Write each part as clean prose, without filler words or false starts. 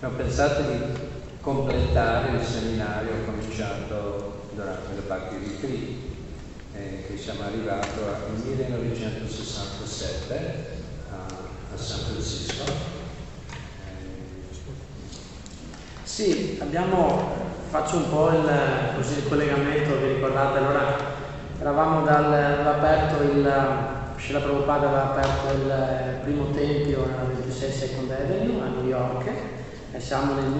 ho pensato di completare il seminario cominciato durante la Bhakti Retreat, che siamo arrivati nel 1967 a San Francisco. Sì, faccio un po' il collegamento, vi ricordate? Allora, eravamo Srila Prabhupada aveva aperto il primo tempio nella 26 Second Avenue a New York, e siamo nel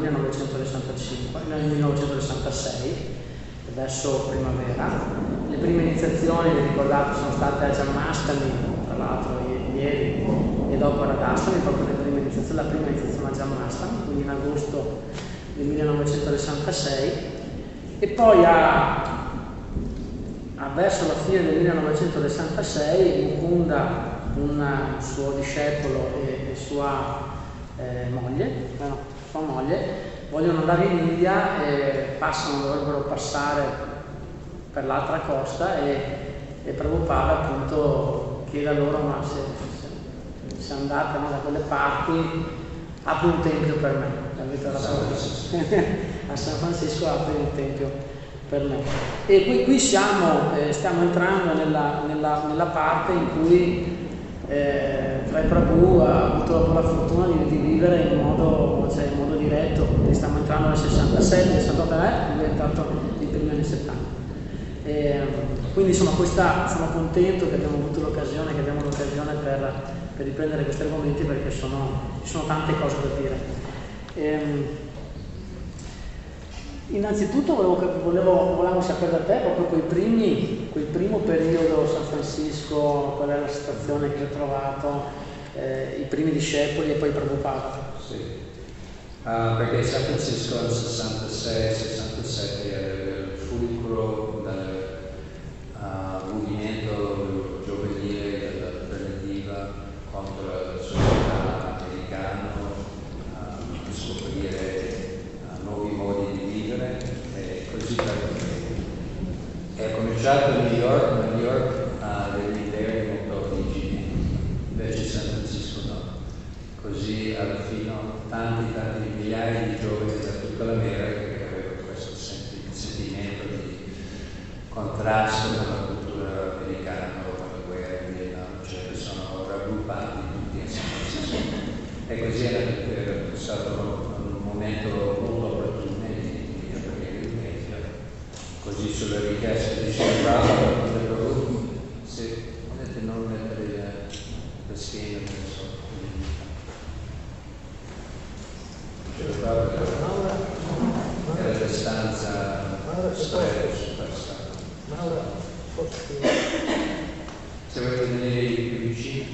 1966, adesso primavera. Le prime iniziazioni, vi ricordate, sono state a Janmashtami, tra l'altro ieri, e dopo a Radhastami, proprio la prima iniziazione a Janmashtami, quindi in agosto del 1966, e poi verso la fine del 1966 Mukunda, un suo discepolo e sua moglie, vogliono andare in India e dovrebbero passare per l'altra costa, e Prabhupada appunto chiede a loro: ma se andate da quelle parti, apri un tempio per me. A San Francisco apri un tempio per me. E qui stiamo entrando nella parte in cui Prabhu ha avuto la fortuna di vivere in modo diretto. Stiamo entrando nel 67, nel 68, è diventato il primo anni 70. Quindi sono contento che abbiamo avuto l'occasione, per riprendere questi argomenti, perché ci sono tante cose da dire. Innanzitutto volevo sapere da te proprio quel primo periodo San Francisco, qual è la situazione che hai trovato, i primi discepoli e poi Prabhupada. Sì, perché San Francisco nel 66-67 era il fulcro del movimento giovanile alternativa contro la società americana, scoprire nuovi modi di vivere, e così è cominciato a New York degli idee molto rigidi, invece San Francisco no. Così alla fine tanti migliaia di giovani da tutta l'America che avevano questo sentimento di contrasto con la cultura americana o con la guerra in Vietnam, cioè che sono raggruppati tutti a San Francisco. E così è stato un momento molto opportuno di aprire il tempio. Così sulla richiesta di Srila se potete non mettere la scheda era la stanza se volete venire più vicino.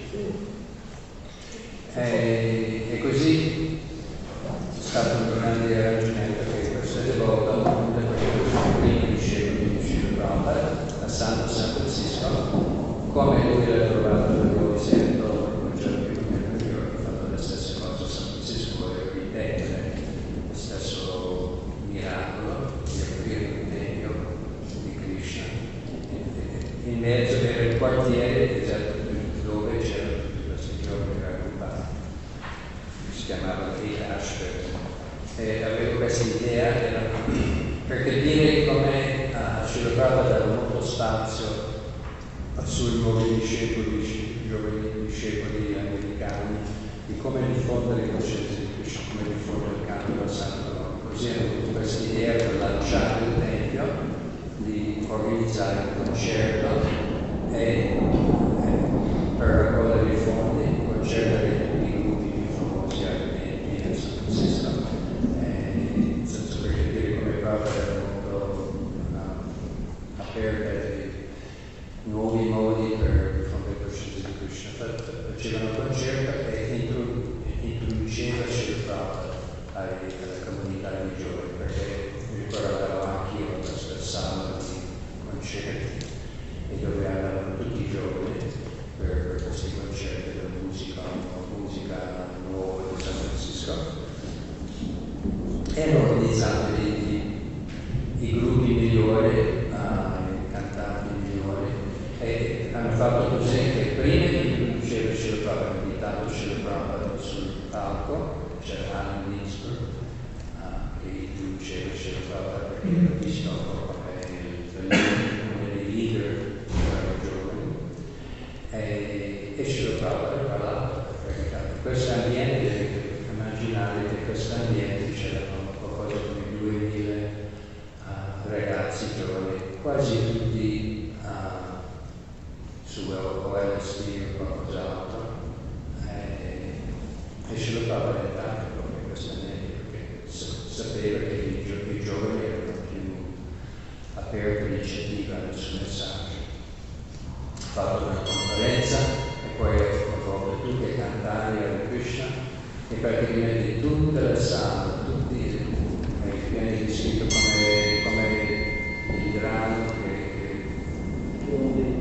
E così è stato un grande arrangiamento che questa volta il primo discepolo di Srila Prabhupada a San Francisco, come lui l'ha trovato nel nuovo secolo, non c'era più New York, ha fatto la stessa cosa a San Francisco, e ripetere lo stesso miracolo di aprire un tempio di Krishna. In mezzo era il quartiere dove c'erano tutti questi giovani raggruppati, si chiamava Eight Ashford, e avevo questa idea per capire come Srila Prabhupada dava molto spazio sui nuovi giovani discepoli americani, di come diffondere le coscienze di Krishna, come diffondere il canto al santo. Così hanno avuto questa idea per lanciare il tempio, di organizzare un concerto e per raccogliere i fondi, concedere i gruppi più famosi argomenti a San Francisco, senza per capire come proprio era molto aperta ai nuovi modi per diffondere le coscienze di Krishna. Facevano un concerto e introduceva Srila Prabhupada alla comunità di giovani, perché mi ricordavo anch'io questa sala di concerti e dove andavano tutti i giovani per questi concerti della musica nuova di San Francisco, e hanno organizzato i gruppi migliori, i cantanti migliori, e hanno fatto così che prima di introducere Srila Prabhupada, hanno invitato Srila Prabhupada sul palco, c'era Anand Ginsburg, l'Episcopo come dei leader giovani, e ce lo parlava di questo ambiente. Immaginate che questo ambiente c'erano qualcosa come 2000 ragazzi giovani, quasi tutti su OLSD o qualcos'altro, e ce lo fa valentare proprio questo ambiente, perché sapeva che i giovani erano più aperti all'iniziativa sul messaggio. Ha fatto una conferenza e poi ha fatto tutti i cantari alla Krishna, e praticamente tutta la sala, tutti viene descritto come il grano che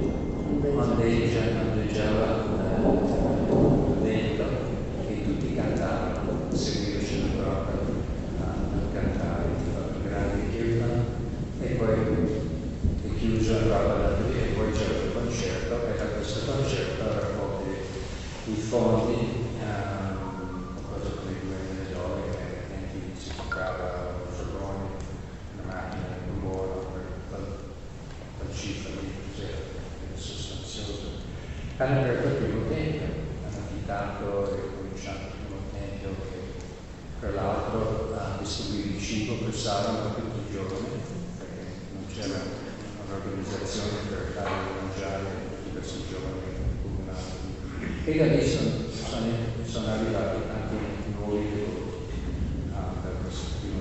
ondeggiava dentro, e tutti cantavano, seguivano proprio a cantare, grandi kirtan, e poi è chiuso e poi c'era il concerto, e da questo concerto ha raccolto i fondi, qualcosa come $2.000, che si comprava un furgone, una macchina, un buono, per cifra di sostanzioso. Hanno aperto il primo tempio, hanno affittato e cominciato il primo tempio, che tra l'altro distribuiva il cibo per sabato a tutti i giovani, perché non c'era un'organizzazione per dare da mangiare a tutti questi giovani comunali. E da lì sono arrivati anche nuovi devoti per questo primo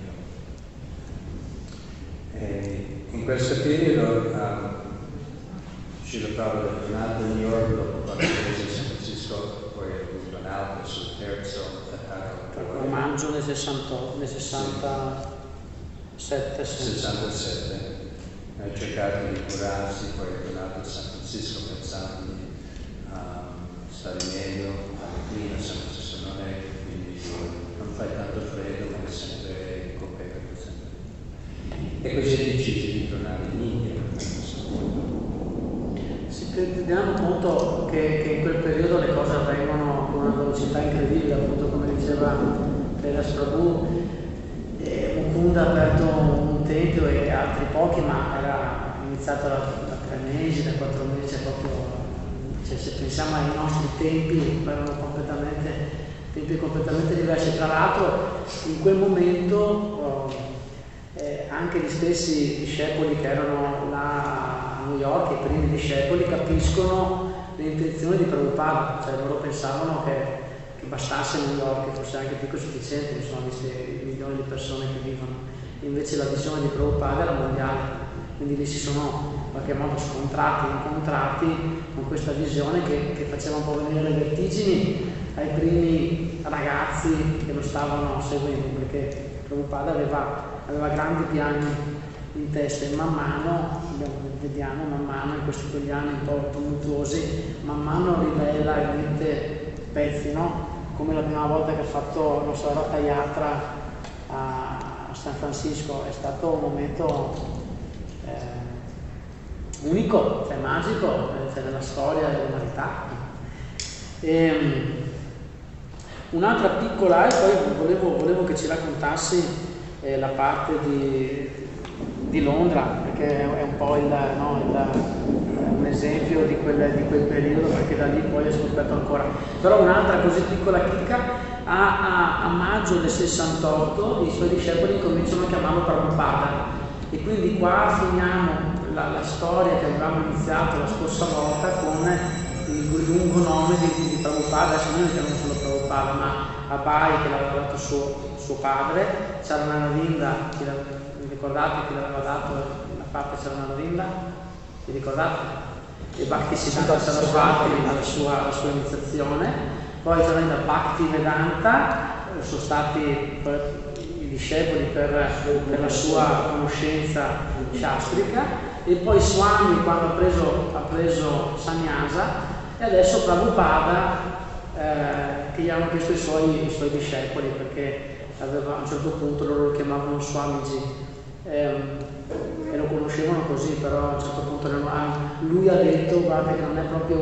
tempio. In questo periodo Srila Prabhupada è tornato a New York dopo 4 mesi a San Francisco, poi ha avuto un altro sul terzo attacco al maggio del 67. 67. Ha cercato di curarsi, poi è tornato a San Francisco pensando di stare meglio, alla clinica San Francisco non è, quindi non fa tanto freddo, ma è sempre coperto. E così è deciso di tornare in India. Si rendiamo conto che in quel periodo le cose avvengono con una velocità incredibile, appunto come diceva Kailash Prabhu. Mukunda ha aperto un tempio e altri pochi, ma era iniziato da 3 mesi, da 4 mesi, proprio. Cioè, se pensiamo ai nostri tempi, erano tempi completamente diversi. Tra l'altro in quel momento anche gli stessi discepoli che erano là a New York, i primi discepoli, capiscono le intenzioni di Prabhupada, cioè loro pensavano che bastasse New York, che fosse anche più sufficiente, insomma, visti i milioni di persone che vivono. Invece la visione di Prabhupada era mondiale, quindi lì si sono in qualche modo incontrati con questa visione che faceva un po' venire le vertigini ai primi ragazzi che lo stavano seguendo, perché Prabhupada aveva grandi piani in testa, e man mano, vediamo, in quegli anni un po' tumultuosi, man mano rivela in mente pezzi, no? Come la prima volta che ha fatto, non so, Ratha Yatra a San Francisco. È stato un momento unico, cioè magico, nella storia dell'umanità. Un'altra piccola, e poi volevo che ci raccontassi la parte di Londra, perché è un po' un esempio di quel periodo, perché da lì poi è scoperto ancora. Però un'altra così piccola chicca, a maggio del 68 i suoi discepoli cominciano a chiamarlo Prabhupada, e quindi qua finiamo la storia che avevamo iniziato la scorsa volta con il lungo nome di Prabhupada. Adesso noi non chiamiamo solo Prabhupada, ma Abai, che l'aveva dato suo padre, Charanaravinda, ricordate che l'aveva dato la parte Charanaravinda? Vi ricordate? E Bhaktisiddhanta Sarasvati alla sua iniziazione. Poi Charanaravinda Bhakti Vedanta sono stati i discepoli per la sua conoscenza shastrica, e poi Swami quando ha preso sannyasa, e adesso Prabhupada che gli hanno chiesto i suoi discepoli, perché a un certo punto loro lo chiamavano Swamiji e lo conoscevano così, però a un certo punto lui ha detto guarda che non è proprio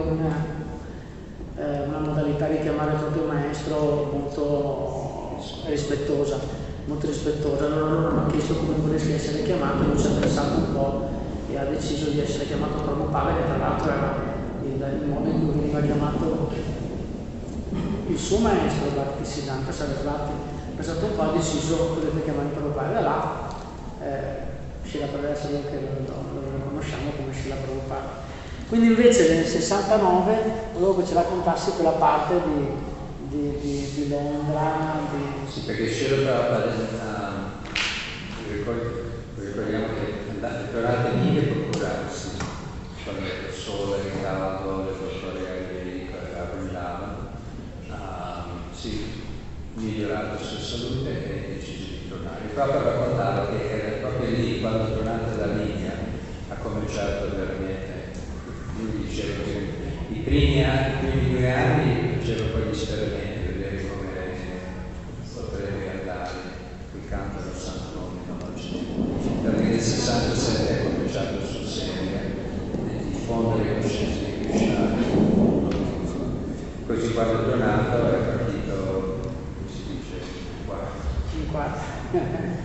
una modalità di chiamare proprio maestro molto rispettosa. molto rispettosa. Allora loro hanno chiesto come volesse essere chiamato, lui ci ha pensato un po' e ha deciso di essere chiamato Prabhupada, che tra l'altro era il modo in cui veniva chiamato il suo maestro Bhaktisiddhanta Sarasvati. Ha pensato un po', ha deciso potete chiamare Prabhupada, da là Srila Prabhupada che lo conosciamo come Srila Prabhupada. Quindi invece nel 69 volevo che ce la contassi quella parte di Londra. Sì, perché Srila Prabhupada ricordiamo che è tornato in India per curarsi quando il sole, il caldo, le dottore ayurvedico abbondavano, si migliorava la sua salute e decise di tornare. Il Papa raccontava che era proprio lì, quando è tornato dall'India, ha cominciato veramente. Lui diceva che i primi 2 anni faceva poi gli esperimenti, vedere come potrebbe andare il campo del Santo Nome. Perché nel 67 ha cominciato sul serio di diffondere le coscienze di Krishna. Così quando è tornato è partito, come si dice, in quarto.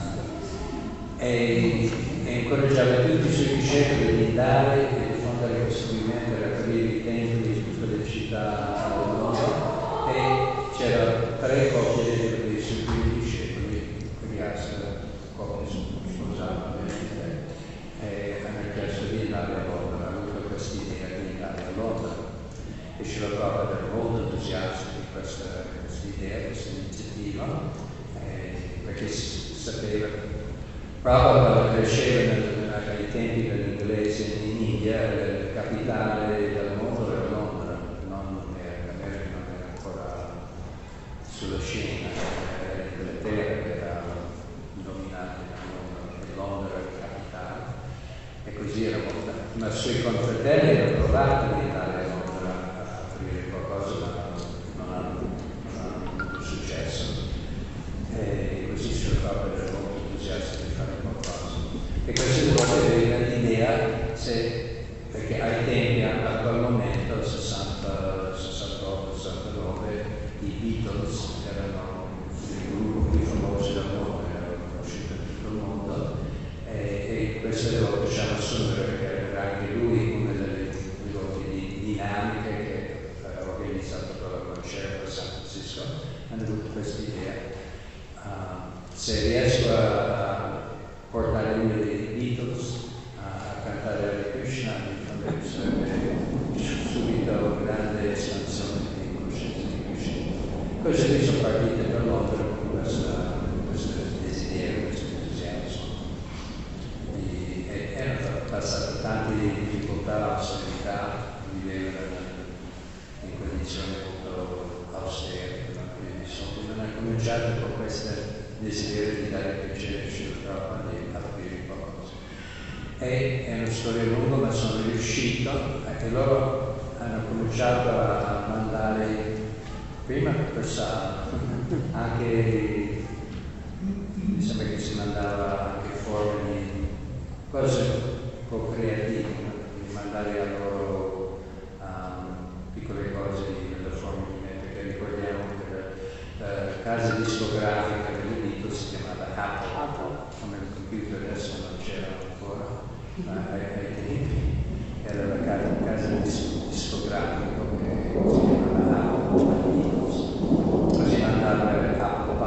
E incoraggiava tutti i suoi discepoli di andare e diffondere questo movimento, era aprire i templi in tutte le città del mondo, e c'era 3 coppie dei suoi primi discepoli, quindi coppie sposate, e hanno chiesto di andare a Londra, hanno avuto questa idea di andare a Londra. E Srila Prabhupada era molto entusiasta di questa idea, questa iniziativa, perché sapeva. Prabhupada cresceva ai tempi dell'inglese in India, la capitale del mondo era Londra, l'America non era ancora sulla scena, era l'Inghilterra che era dominata da Londra, la capitale, e così era molto. Ma i suoi confratelli hanno provato di andare a Londra a aprire qualcosa, ma non hanno avuto successo. E così si era molto entusiasta di fare qualcosa. E queste volte aveva l'idea, perché ai tempi, a quel momento, 60, 68, 69, i Beatles erano il gruppo più famoso del mondo, erano conosciuti in tutto il mondo, e queste volte possiamo assumere che era anche lui una delle volte dinamiche che aveva organizzato per la concerto a San Francisco. Hanno avuto questa idea. Se riesco a portare uno dei Beatles a cantare Hare Krishna, sarebbe subito grande espansione di conoscenza di Krishna. Così mi sono partite per Londra con questo desiderio, questo entusiasmo. E erano passate tante difficoltà, austerità, vivevano in condizioni molto austere. Quindi hanno cominciato con questo desiderio di dare piacere Prabhupada di aprire qualcosa. È una storia lunga, ma sono riuscito, e loro hanno cominciato a mandare prima per Sala, anche mi sembra che si mandava anche forme di cose un po' creative, di mandare a loro piccole cose nella forma di me, perché ricordiamo che la casa discografica delle Beatles si chiamava Apple, come il computer adesso non c'era ancora, ma ai tempi era la casa discografica che si chiamava Apple, Beatles, così andava Apple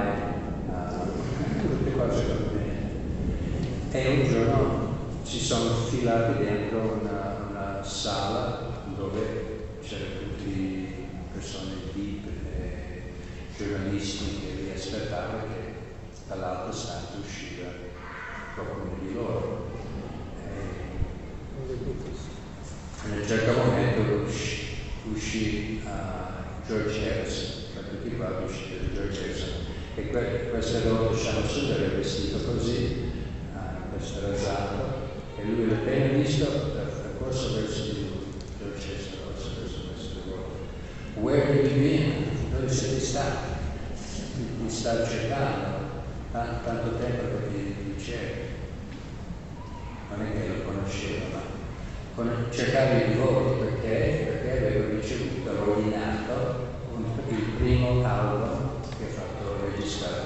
Pie, tutte cose così. E un giorno si sono filati dentro una sala dove c'erano tutte persone deep, giornalisti che li aspettavano, che dall'altro stanza usciva qualcuno di loro. E in un certo momento uscì George Harrison, tra tutti qua uscì George Harrison, e questa volta diciamo su era vestito così, questo rasato, e lui appena visto ha corso verso di lui. George Harrison corso verso questo uomo. Where have you been? Dove sei stato? Mi sta cercando tanto tempo che ti cerco. Non è che lo conosceva, ma cercava i voti perché avevo ricevuto, ordinato il primo album che ha fatto registrare Srila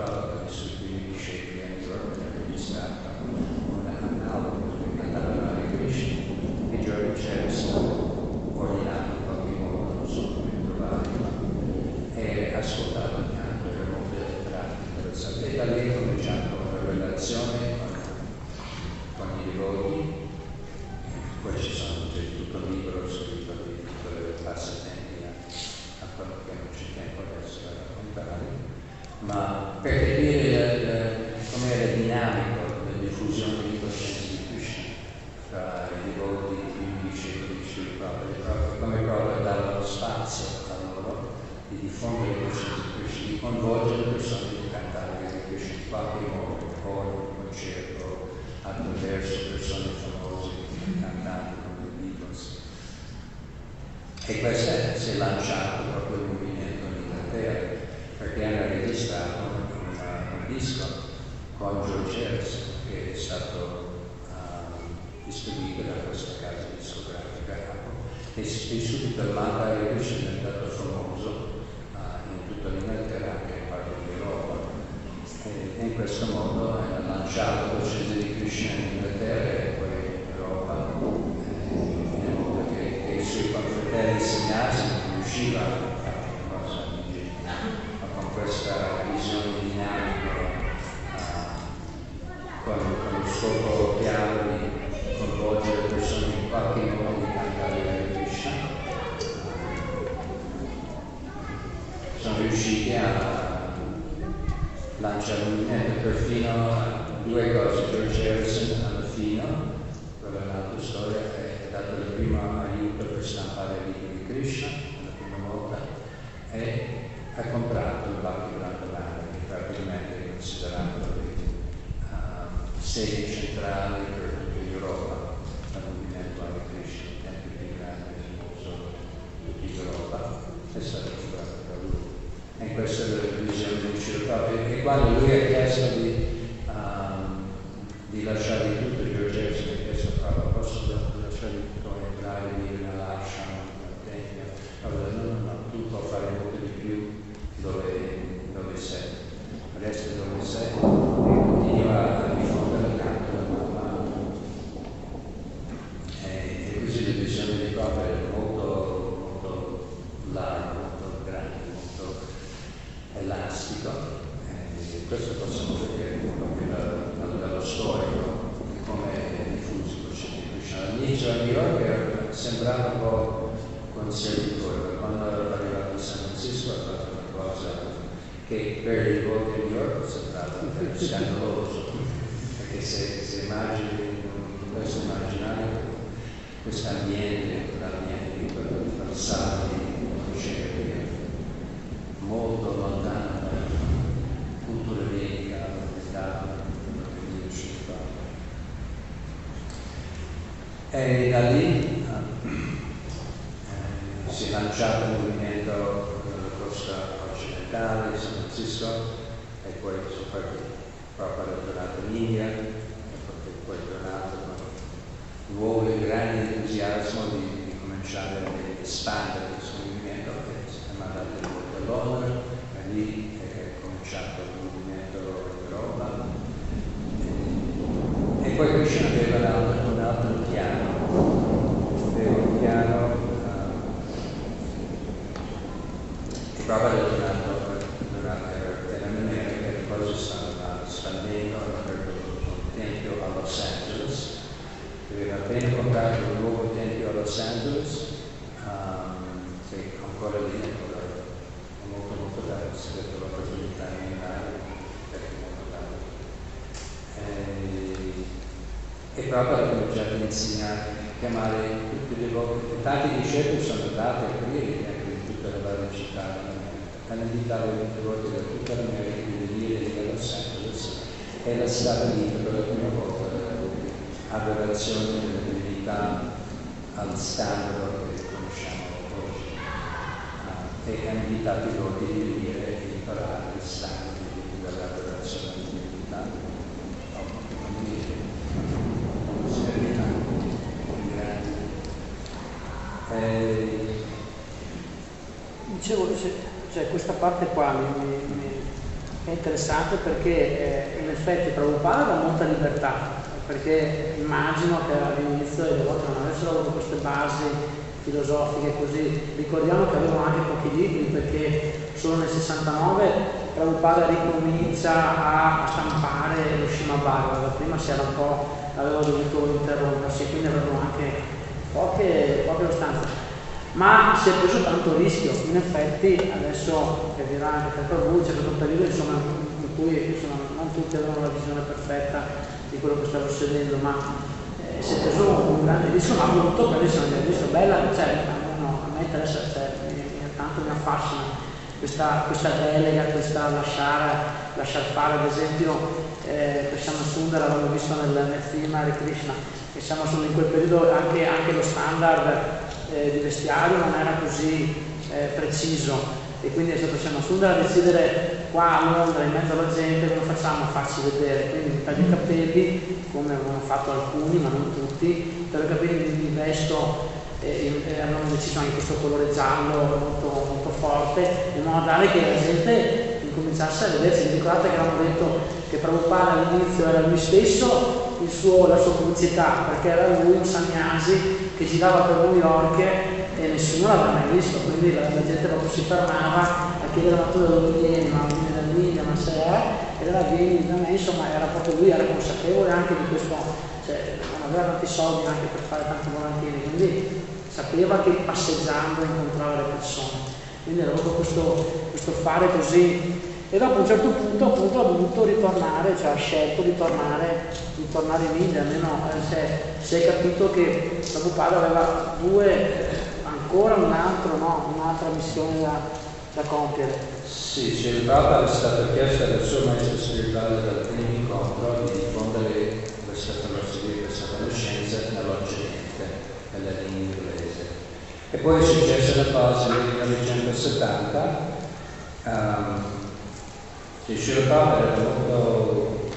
Prabhupada, i suoi primi discepoli a New York, hanno registrato un album che cantavano Hare Krishna e George Harrison, ordinato in qualche modo, non so come trovarlo, e ascoltava il canto, era molto interessante. E da lì è cominciato una relazione con i devoti. Poi c'è tutto il libro scritto di tutte le passatempi a quello che non c'è tempo adesso da raccontare, ma per capire com'era dinamico la diffusione di coscienza di Krishna tra i devoti, i primi discepoli di Srila Prabhupada, come Prabhupada dava lo spazio a loro di diffondere la coscienza di Krishna, di coinvolgere le persone di cantare di Krishna in qualche modo, o in un concerto, attraverso persone famose, cantanti come i Beatles. E questo si è lanciato proprio il movimento in Inghilterra, perché hanno registrato un disco con George Harrison, che è stato distribuito da questa casa discografica, e subito il Manda Hare Krishna è diventato famoso in tutta l'Inghilterra, anche in parte d'Europa. E in questo modo hanno lanciato la coscienza di Krishna in Inghilterra e poi in Europa, in modo che i suoi confratelli segnati non riusciva a fare una cosa ingenua, ma con questa visione dinamica, con lo scopo chiaro di coinvolgere le persone in qualche modo di cantare Hare Krishna, sono riusciti a lanciare un movimento. Perfino due cose: George Harrison alla fine, quella è un'altra storia, ha dato il primo aiuto per stampare il libro di Krishna la prima volta, e ha comprato il Bhakti Vrindavan, che praticamente è considerato sede centrale per tutta l'Europa, il movimento Hare Krishna, il tempio più grande del mondo di Europa, è stato comprato da lui. E questa è la visione di Srila Prabhupada. E quando lui ha chiesto di lasciare tutto, George Harrison ha chiesto a Prabhupada: posso lasciare tutto, entrare, vivere nell'ashram, nel tempio? Allora, no, tu puoi fare molto di più dove sei. Resta dove sei e continua a diffondere il canto del Mahaprabhu. E così la visione di Prabhupada è molto larga, molto grande, molto elastico. E questo possiamo vedere proprio dallo storico di come è diffuso il concetto di Krishna. All'inizio a New York sembrava un po' conservatore, quando è arrivato a San Francisco ha fatto una cosa che per i voti a New York sembrava scandaloso, perché se immagini in questo immaginario questo ambiente, l'ambiente di quel sala di concerti molto lontano dalla cultura vedica, dall'età che riuscito a fare. E da lì si è lanciato il movimento della costa occidentale, San Francisco, e poi sono partiti proprio tornato in India, e poi tornato con nuovo e grande entusiasmo di cominciare a espandere questo movimento, che si è mandato di volta a Londra, e lì è cominciato il movimento in Europa. E poi Krishna aveva un altro piano, Prabhupada è tornato nella maniera che le cose stanno espandendo, hanno aperto un tempio a Los Angeles, aveva appena comprato un nuovo tempio a Los Angeles, che ancora lì è molto bello, si vede l'opportunità di andare, perché è molto bello. E Prabhupada ha cominciato a insegnare, a chiamare tutti i devoti, tanti discepoli sono andati a aprire in tutte le varie città. Hanno invitato i devoti da tutta l'America di venire a Los Angeles, e era stata lì per la prima volta l'adorazione della divinità al standard che conosciamo oggi. E hanno invitato i devoti di venire e imparare il standard dell'adorazione della divinità. Dicevo, cioè questa parte qua È interessante perché in effetti Prabhupada dà molta libertà, perché immagino che all'inizio le devote non avessero avuto queste basi filosofiche così. Ricordiamo che avevano anche pochi libri, perché solo nel 69 Prabhupada ricomincia a stampare lo Srimad Bhagavatam. Prima si era un po', aveva dovuto interrompersi, quindi avevano anche poche sostanze. Ma si è preso tanto rischio. In effetti adesso, che dirà anche Prabhu, c'è stato un periodo insomma, in cui insomma, non tutti avevano la visione perfetta di quello che stava succedendo, ma si è preso un grande rischio, ma ha voluto prendersi una grande rischio. Bella, cioè, a me interessa, cioè, tanto mi affascina questa delega, questa lasciar fare. Ad esempio Krishna Sundar, l'abbiamo visto nel film Hare Krishna, che siamo solo in quel periodo, anche lo standard di vestiario non era così preciso, e quindi è stato Krishna Sundar a decidere qua a Londra in mezzo alla gente come facciamo a farci vedere, quindi mi taglio i capelli come avevano fatto alcuni ma non tutti, taglio i capelli, mi vesto hanno deciso anche questo colore giallo molto, molto forte, in modo tale che la gente incominciasse a vedersi. Ricordate che avevamo detto che Prabhupada all'inizio era lui stesso la sua pubblicità, perché era lui un sannyasi che girava per New York e nessuno l'aveva mai visto, quindi la gente proprio si fermava a chiedere: ma tu da dove vieni? Ma vieni dall'India, ma se è? Ed era vieni da me, insomma era proprio lui, era consapevole anche di questo, cioè non aveva tanti soldi anche per fare tanti volantini, quindi sapeva che passeggiando incontrava le persone, quindi era proprio questo fare così. E dopo a un certo punto appunto ha dovuto ritornare, cioè ha scelto di tornare in India, almeno si è capito che Prabhupada aveva ancora un'altra missione da compiere. Sì, Srila Prabhupada è stato chiesto dal suo maestro spirituale dal primo incontro di diffondere questa filosofia, questa conoscenza nell'Occidente, nella lingua inglese. E poi è successa una cosa nel 1970, che Srila Prabhupada era molto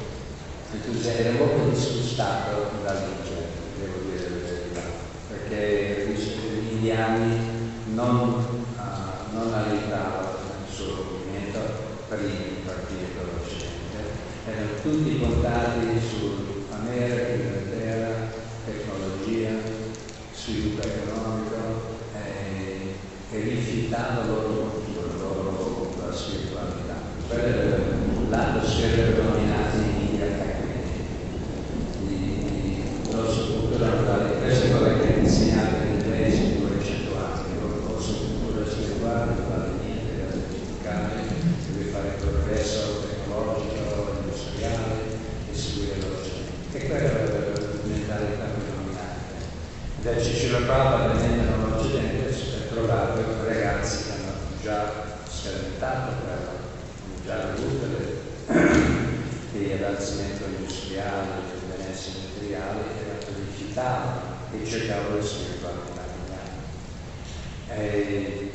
disgustato dall'India, devo dire la verità, perché gli indiani non aiutavano il suo movimento per il partito dell'Occidente, erano tutti puntati su America, Inghilterra, tecnologia, sviluppo economico e rifiutavano la loro cultura, la loro spiritualità. Quello era lato predominante in India la nostra cultura naturale. Questa è quella che è insegnata in inglese in 200 anni, la nostra cultura spirituale non vale niente, deve dimenticare, deve fare progresso tecnologico, industriale e seguire l'Occidente. E quella è la mentalità predominante. Invece Srila Prabhupada venendo nell'Occidente ha trovato ragazzi che hanno già sperimentato quello, già avuto l'avanzamento industriale, il benessere materiale, che rifiutavano e cercavano la spiritualità e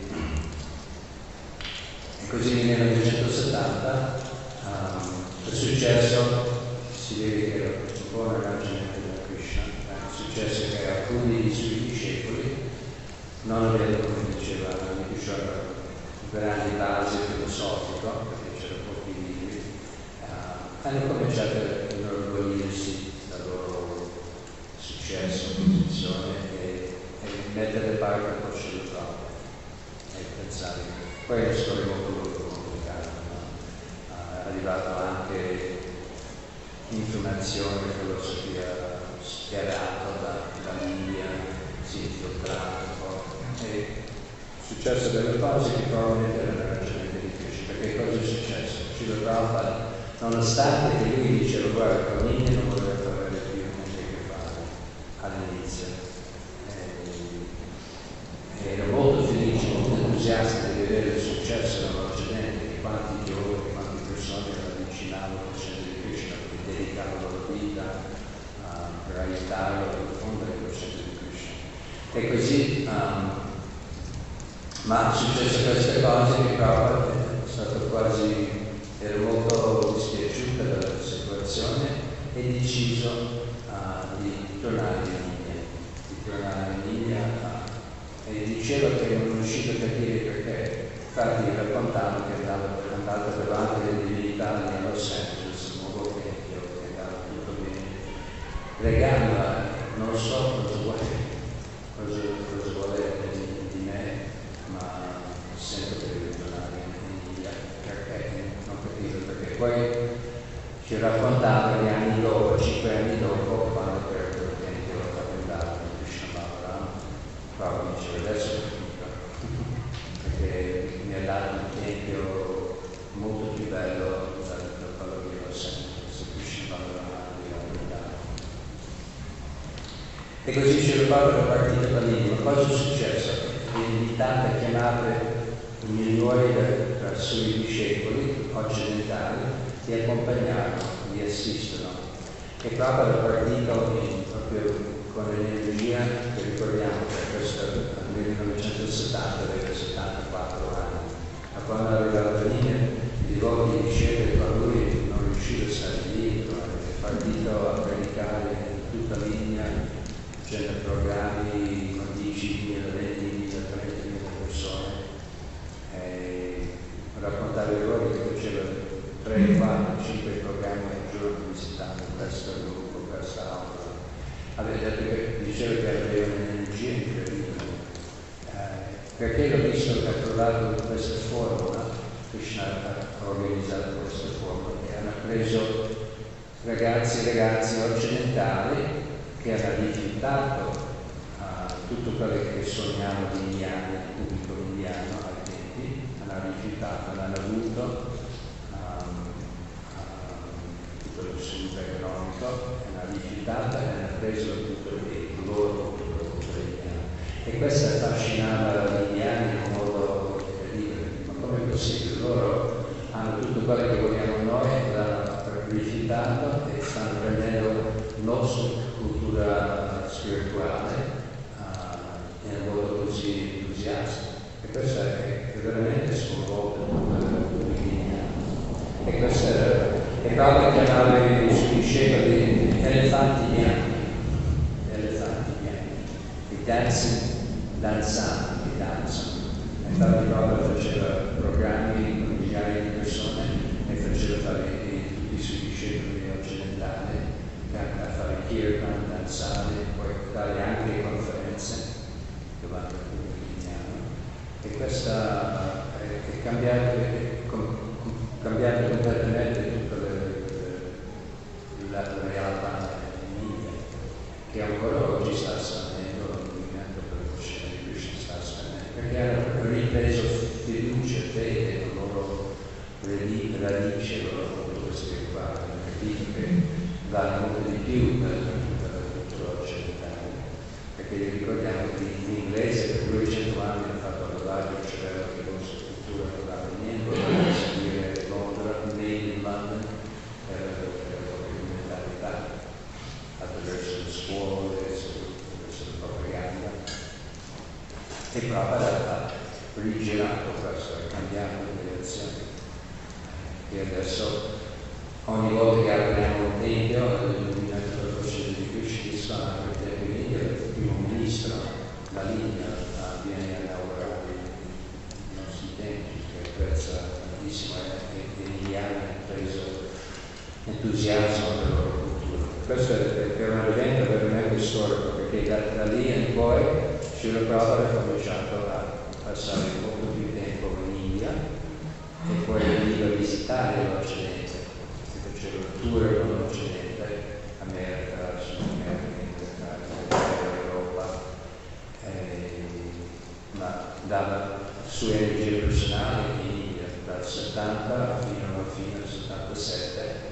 così nel 1970 è successo, si vede che era un po' un arrangiamento da Krishna, è successo che alcuni dei suoi discepoli, non avendo, come diceva Kishore, grandi basi filosofico, perché c'erano pochi libri, hanno cominciato a inorgoglirsi del loro successo, posizione e mettere da parte il procedere troppo e pensare. Poi è una storia molto complicata, è arrivata anche informazione, filosofia schierata dall'India, si è infiltrata un po'. È successo delle cose che probabilmente erano ragionamenti difficili, perché cosa è successo? Srila Prabhupada, nonostante che lui diceva guarda con l'India non voleva parlare più niente che fare all'inizio, era molto felice, molto entusiasta di vedere il successo nell'Occidente, di quanti giovani, quante persone avvicinavano al centro di Krishna, che dedicavano la loro vita per aiutarlo a diffondere il centro di Krishna. E così ma successo queste cose che Prabhupada è stato era molto dispiaciuta della situazione e deciso di tornare in India, e diceva che non è riuscito a capire perché, infatti raccontavano che andava davanti alle divinità orientali a Los Angeles, un nuovo tempio che andava tutto bene. Pregando, non so cosa volete di me, ma sento che devo tornare in India, perché non capivo, perché poi ci raccontava gli anni dopo, 5 anni dopo, quando per il tempio avvendato di Krishnamala, proprio diceva adesso ho capito, perché mi ha dato un tempio molto più bello da quello che ho sempre, su Krishnamala di avvendato. E così Srila Prabhupada è partito da lì. Ma cosa è successo? È invitato a chiamare i migliori tra i suoi discepoli occidentali li accompagnano, li assistono. E Prabhupada è partito proprio con l'energia che ricordiamo che questo nel 1970 aveva 74 anni. Ma quando arrivava a India, i devoti di discepoli con lui non riuscivano a stare lì, è partito a predicare in tutta l'India, c'erano programmi con 10.000, 20.000, 30.000 persone. Raccontare loro che faceva 3, 4, 5 programmi al giorno visitando questo gruppo, quest'altro. Aveva detto che diceva che aveva un'energia incredibile, perché l'ho visto che ha trovato questa formula, Krishna ha organizzato questa formula, che hanno preso ragazzi e ragazze occidentali che hanno rifiutato tutto quello che sognava gli indiani, il pubblico indiano ai tempi, hanno rifiutato, hanno avuto tutto il sud economico, hanno rifiutato e hanno preso tutto il loro indiano. E questo affascinava gli indiani in un modo incredibile. Ma come è possibile? Loro hanno tutto quello che vogliamo noi, l'hanno rifiutato e stanno prendendo la nostra cultura spirituale in un modo così entusiasta. E questo è veramente sconvolto e questo è proprio chiamava i suoi discepoli elefanti bianchi, i danzanti, e infatti proprio faceva programmi con migliaia di persone e faceva fare tutti i suoi discepoli occidentali a fare kirtan, danzare, poi fare anche conferenze davanti al pubblico indiano. E questa è cambiato completamente tutta la realtà in India, che ancora oggi sta espandendo, il movimento per la coscienza di Krishna sta espandendo, perché hanno ripreso fiducia, fede, la loro radice, la loro cultura spirituale, capito che vale molto di più dalla cultura occidentale. Perché ricordiamo che l'inglese per 200 anni ha fatto lavare il cervello che la nostra cultura non dava niente, per seguire Londra, made in London, per la propria mentalità, attraverso le scuole, attraverso la propaganda. E Prabhupada ha rigirato questo, ha cambiato le direzioni. E adesso ogni volta che apriamo un tempio, l'illuminato della coscienza di Krishna, sono anche il tempio in India, il primo ministro dall'India viene a inaugurare i nostri tempi, che apprezza tantissimo e gli indiani hanno preso entusiasmo per la loro cultura. Questo è un evento veramente storico, perché da lì in poi Srila Prabhupada ha cominciato a passare molto più tempo in India e poi veniva a visitare l'Occidente. Faceva tour con l'Occidente, America, Sud America, Europa, ma dava sue energie personali in India, dal 70 fino al 77,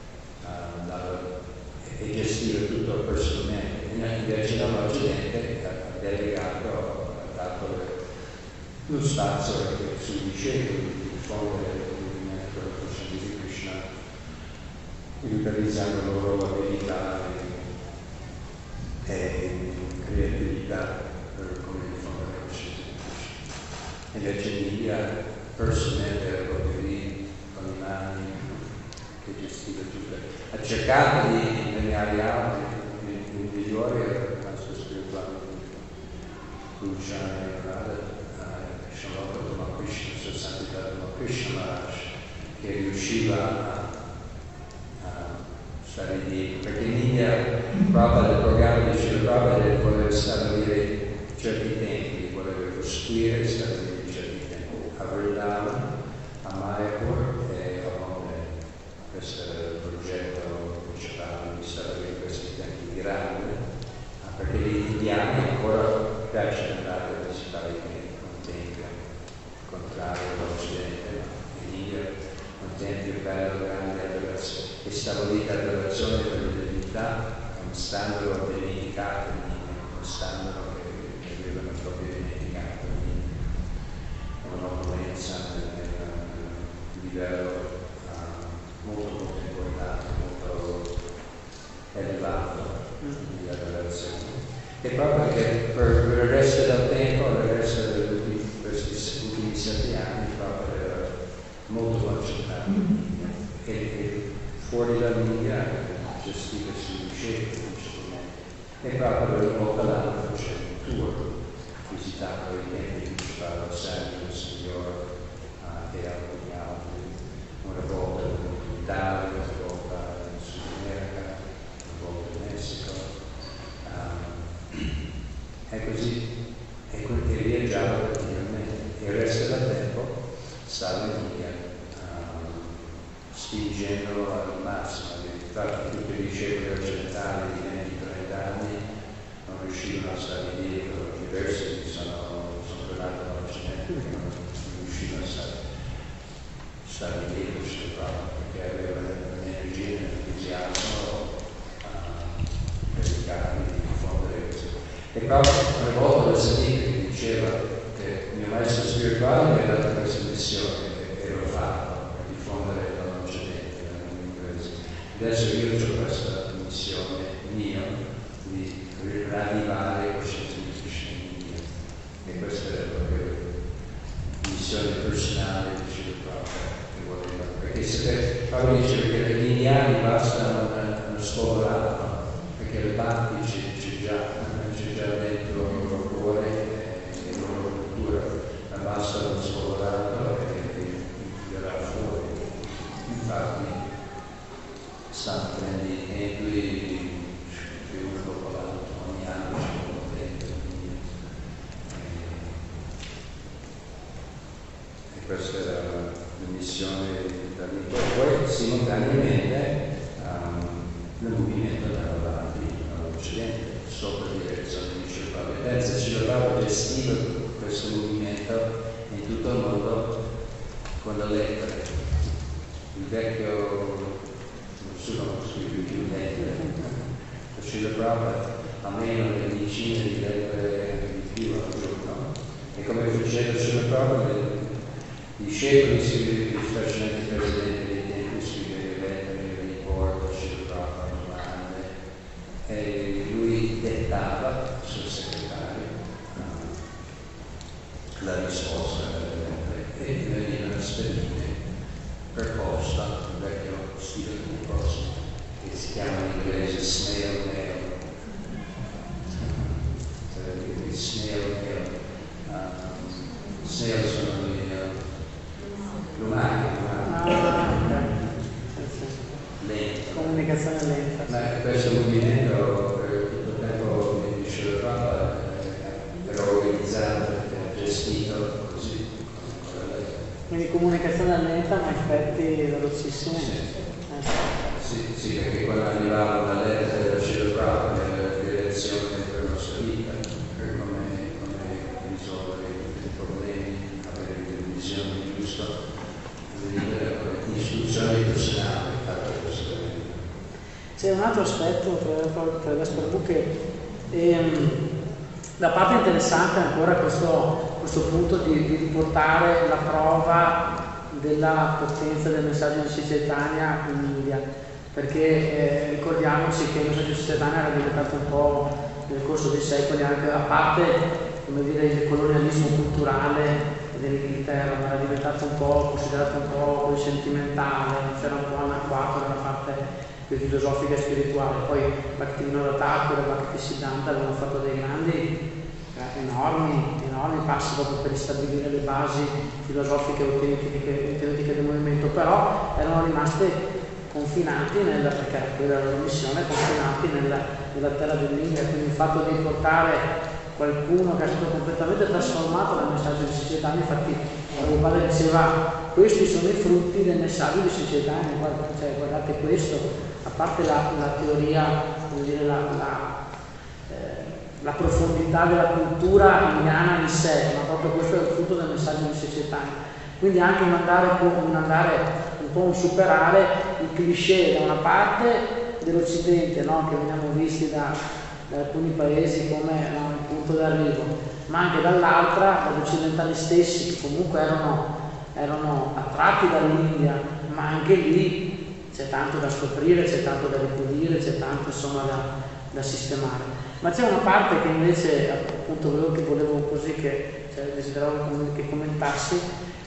e gestiva tutto personalmente. Invece dall'Occidente ha delegato, ha dato lo spazio ai suoi discepoli di diffondere il movimento della coscienza di Krishna, utilizzando la loro abilità e creatività per come diffondere la coscienza di Krishna. Invece in India personalmente era proprio lì con i mani che gestiva tutto. Ha cercato di impegnare altri, il migliore era il maestro spirituale Kuruchan e Radha, Shalom Krishna, Santità Krishna Maharaj, che riusciva a stare dietro, perché in India proprio del programma di Srila Prabhupada voleva stabilire certi tempi, voleva costruire e stabilire certi tempi a Vrindavan, a Mayapur e a Bombay. Questo era il progetto principale di stabilire questi tempi di Ramana, perché gli indiani ancora piace andare a visitare un tempio, al contrario dell'Occidente, ma in India un tempio bello, grande, e stabilita adorazione per le divinità, è un standard dimenticato in India, un standard che avevano proprio dimenticato in India, un'opulenza nel livello molto molto importante, molto elevato di adorazione. E proprio perché per il resto del tempo, il resto di questi ultimi 7 anni, proprio era molto concentrato in India. E fuori dall'India gestiva sui discepoli principalmente. E proprio ogni volta l'anno faceva un tour, visitando i templi principali, Los Angeles, New York e altri. Una volta in Italia, una volta in Sud America, una volta in Messico. È così, e viaggiava continuamente. E il resto del tempo stava in India, spingendolo al massimo. Infatti tutti i discepoli occidentali di 20-30 anni non riuscivano a stare dietro, diversi sono tornati all'Occidente che non riuscivano a stare dietro, perché avevano un'energia, un entusiasmo predicati di diffondere questo. E proprio una volta lo sentite che diceva che il mio maestro spirituale mi ha dato questa missione e l'ho fatto per diffondere l'Occidente, l'inglese. Adesso io ho questa missione mia di ravvivare i scientifici in India. E questa è proprio la missione personale di Srila Prabhupada che voleva. Perché se Paolo dice che gli indiani basta una scuola, perché le parti c'è già dentro il loro cuore e la loro cultura, ma basta uno scuolato e verrà fuori. Infatti stanno prendendo i templi uno dopo l'altro, ogni anno c'è un tempio. E questa era la missione da lì. Poi simultaneamente il movimento andava avanti all'Occidente, sopra direzione di Srila Prabhupada. Pensa, Srila Prabhupada gestiva questo movimento in tutto il mondo con le lettere. Il vecchio nessuno scrive più lettere. Srila Prabhupada almeno le decine di lettere di più al giorno. E come faceva Srila Prabhupada, i discepoli scrivevano, specialmente il presidente dei templi, scriveva lettere, report, Srila Prabhupada, e lui dettava al suo segretario la risposta e venivano spedite per posta, un vecchio stile di posta che si chiama in inglese snail mail. Snail mail. Snail sono gli lumari. Lento. Comunicazione lenta. Ma questo movimento per tutto il tempo di Srila Prabhupada era organizzato e gestito così. Quindi comunicazione lenta ma effetti velocissimi. Sì, perché quando arrivava una lettera da Srila Prabhupada era la direzione per la nostra vita, per come risolvere i problemi, avere le visioni giuste, istruzioni personali. C'è un altro aspetto per Vesper Book che la parte interessante è ancora questo punto di riportare la prova della potenza del messaggio di Sri Chaitanya in India, perché ricordiamoci che il messaggio di Sri Chaitanya era diventato un po' nel corso dei secoli, anche a parte come dire, il colonialismo culturale dell'Inghilterra, ma era diventato un po' considerato un po' sentimentale, c'era un po' anacquato nella parte più filosofica e spirituale. Poi Bhaktivinoda Thakur e Bhaktisiddhanta avevano fatto dei grandi, enormi enormi passi proprio per ristabilire le basi filosofiche e autentiche del movimento, però erano rimaste confinati perché era quella la loro missione, confinati nella terra dell'India. Quindi il fatto di portare qualcuno che è stato completamente trasformato dal messaggio di Sicilietà, infatti mio padre diceva questi sono i frutti del messaggio di Sicilietà, cioè, guardate questo, a parte la teoria, vuol dire la profondità della cultura indiana in sé, ma proprio questo è il frutto del messaggio di Sicilietà. Quindi anche un andare un po' superare i cliché da una parte dell'Occidente, no? Che veniamo visti da alcuni paesi come un punto d'arrivo, ma anche dall'altra dagli occidentali stessi che comunque erano attratti dall'India, ma anche lì c'è tanto da scoprire, c'è tanto da ripulire, c'è tanto insomma da sistemare. Ma c'è una parte che invece appunto volevo così che desideravo che commentassi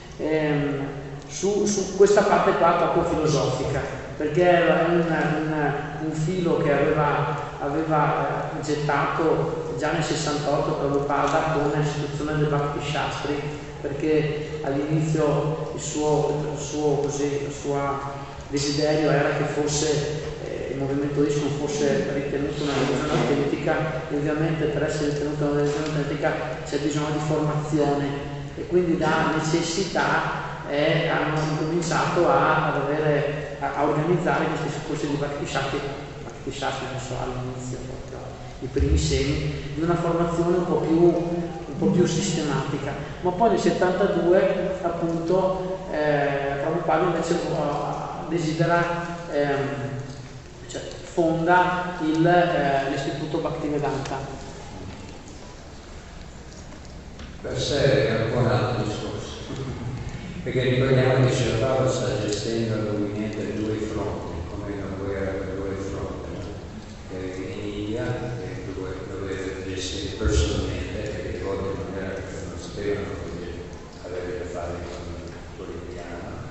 su questa parte qua proprio filosofica, perché è un filo che aveva gettato già nel 68 Prabhupada con l'istituzione del Bhakti Shastri, perché all'inizio il suo desiderio era che fosse il movimento ISKCON fosse ritenuto una religione autentica, e ovviamente per essere ritenuto una religione autentica c'è bisogno di formazione, e quindi da necessità hanno cominciato a organizzare questi corsi di Bhakti Shastri all'inizio, i primi semi di una formazione un po' più sistematica. Ma poi nel 72 appunto Prabhupada invece desidera fonda l'istituto Bhaktivedanta. Per sé è un po' un altro discorso, perché ricordiamo che Srila Prabhupada sta gestendo il movimento a due fronti, come una guerra per due fronti, no? In India, che doveva gestire personalmente, perché le volte non sapevano che avere da fare con l'indiano,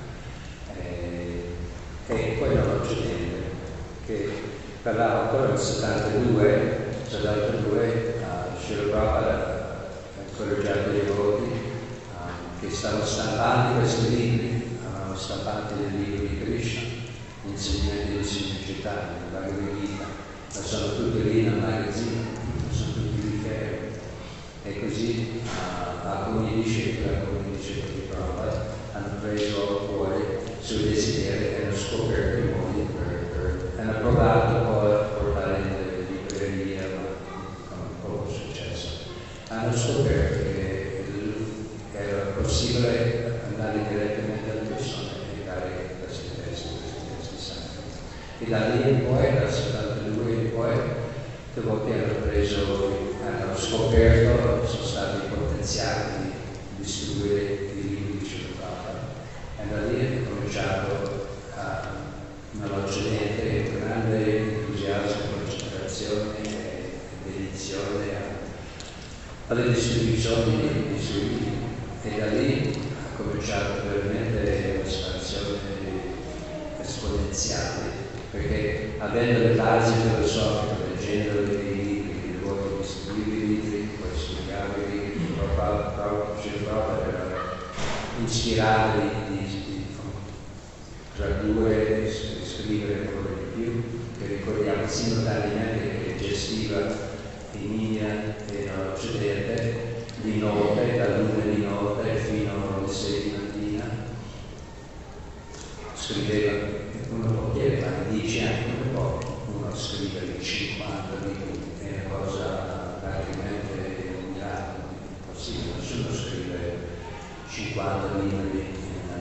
e poi l'Occidente, che parlava ancora nel 72, Srila Prabhupada ha incoraggiato i devoti che stavano stampando questi libri, avevano stampato dei libri di Krishna, gli insegnamenti del Signore Chaitanya, la Bhagavad Gita, ma sono tutti lì nel magazzino, sono tutti lì fermi. E così alcuni discepoli di Prabhupada hanno preso fuori sui desideri e hanno scoperto i modi hanno provato poi a portare nelle librerie, ma con poco successo. Hanno scoperto che era possibile andare direttamente alle persone e dare questi testi santi. E da lì in poi, dal 72 in poi, che volte hanno scoperto, sono stati potenziati di distribuire i libri di Srila Prabhupada. E da lì è cominciato nell'Occidente un grande entusiasmo, concentrazione e dedizione alle distribuzioni di suoi libri, e da lì ha cominciato veramente un'espansione esponenziale, perché avendo le basi filosofiche, leggendo dei libri, i devoti distribuivi i libri, poi studiavo i libri, Prabhupada era ispirato di tradurre e scrivere ancora di più, che ricordiamo simultaneamente che gestiva in India e nell'Occidente di notte, dall'1 di notte fino alle 6 di mattina, scriveva, uno può chiedere, ma 10 anni come può uno scrivere 50 libri, è una cosa praticamente un miracolo, impossibile, nessuno scrive 50 libri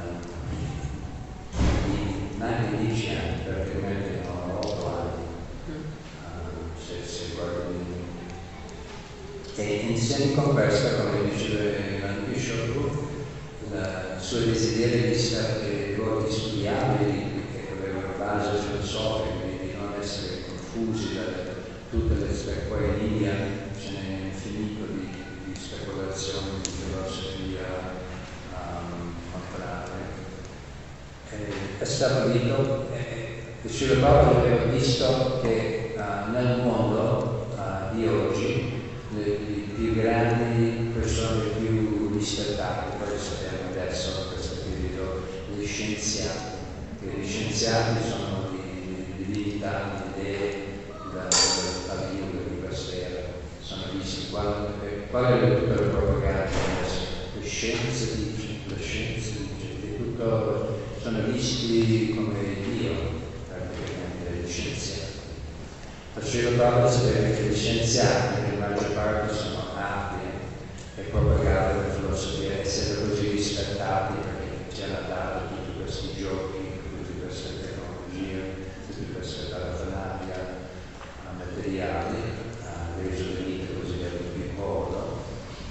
neanche 10 anni, praticamente 8 anni, se guardi. E insieme con questo, come diceva il Bishop, il suo desiderio di studiare i libri che avevano base filosofica, di non essere confusi da tutte le speculazioni. Poi in India ce n'è infinito di speculazioni, di filosofia contraria. È stabilito che Srila Prabhupada aveva visto che nel mondo di oggi le più grandi persone più rispettate, poi sappiamo adesso in questo periodo, gli scienziati. Gli scienziati sono limitati di idee dal libro di questa era, sono visti quale è tutta la propaganda adesso. Le scienze dice, tutto, sono visti come Dio, praticamente, gli scienziati. Facevo proprio sapere che gli scienziati, che in maggior parte sono atei e propagare la filosofia, essere così rispettati perché ci hanno dato tutti questi giochi, tutte queste tecnologie, tutte queste parafernalia materiali, reso le vite così più povero.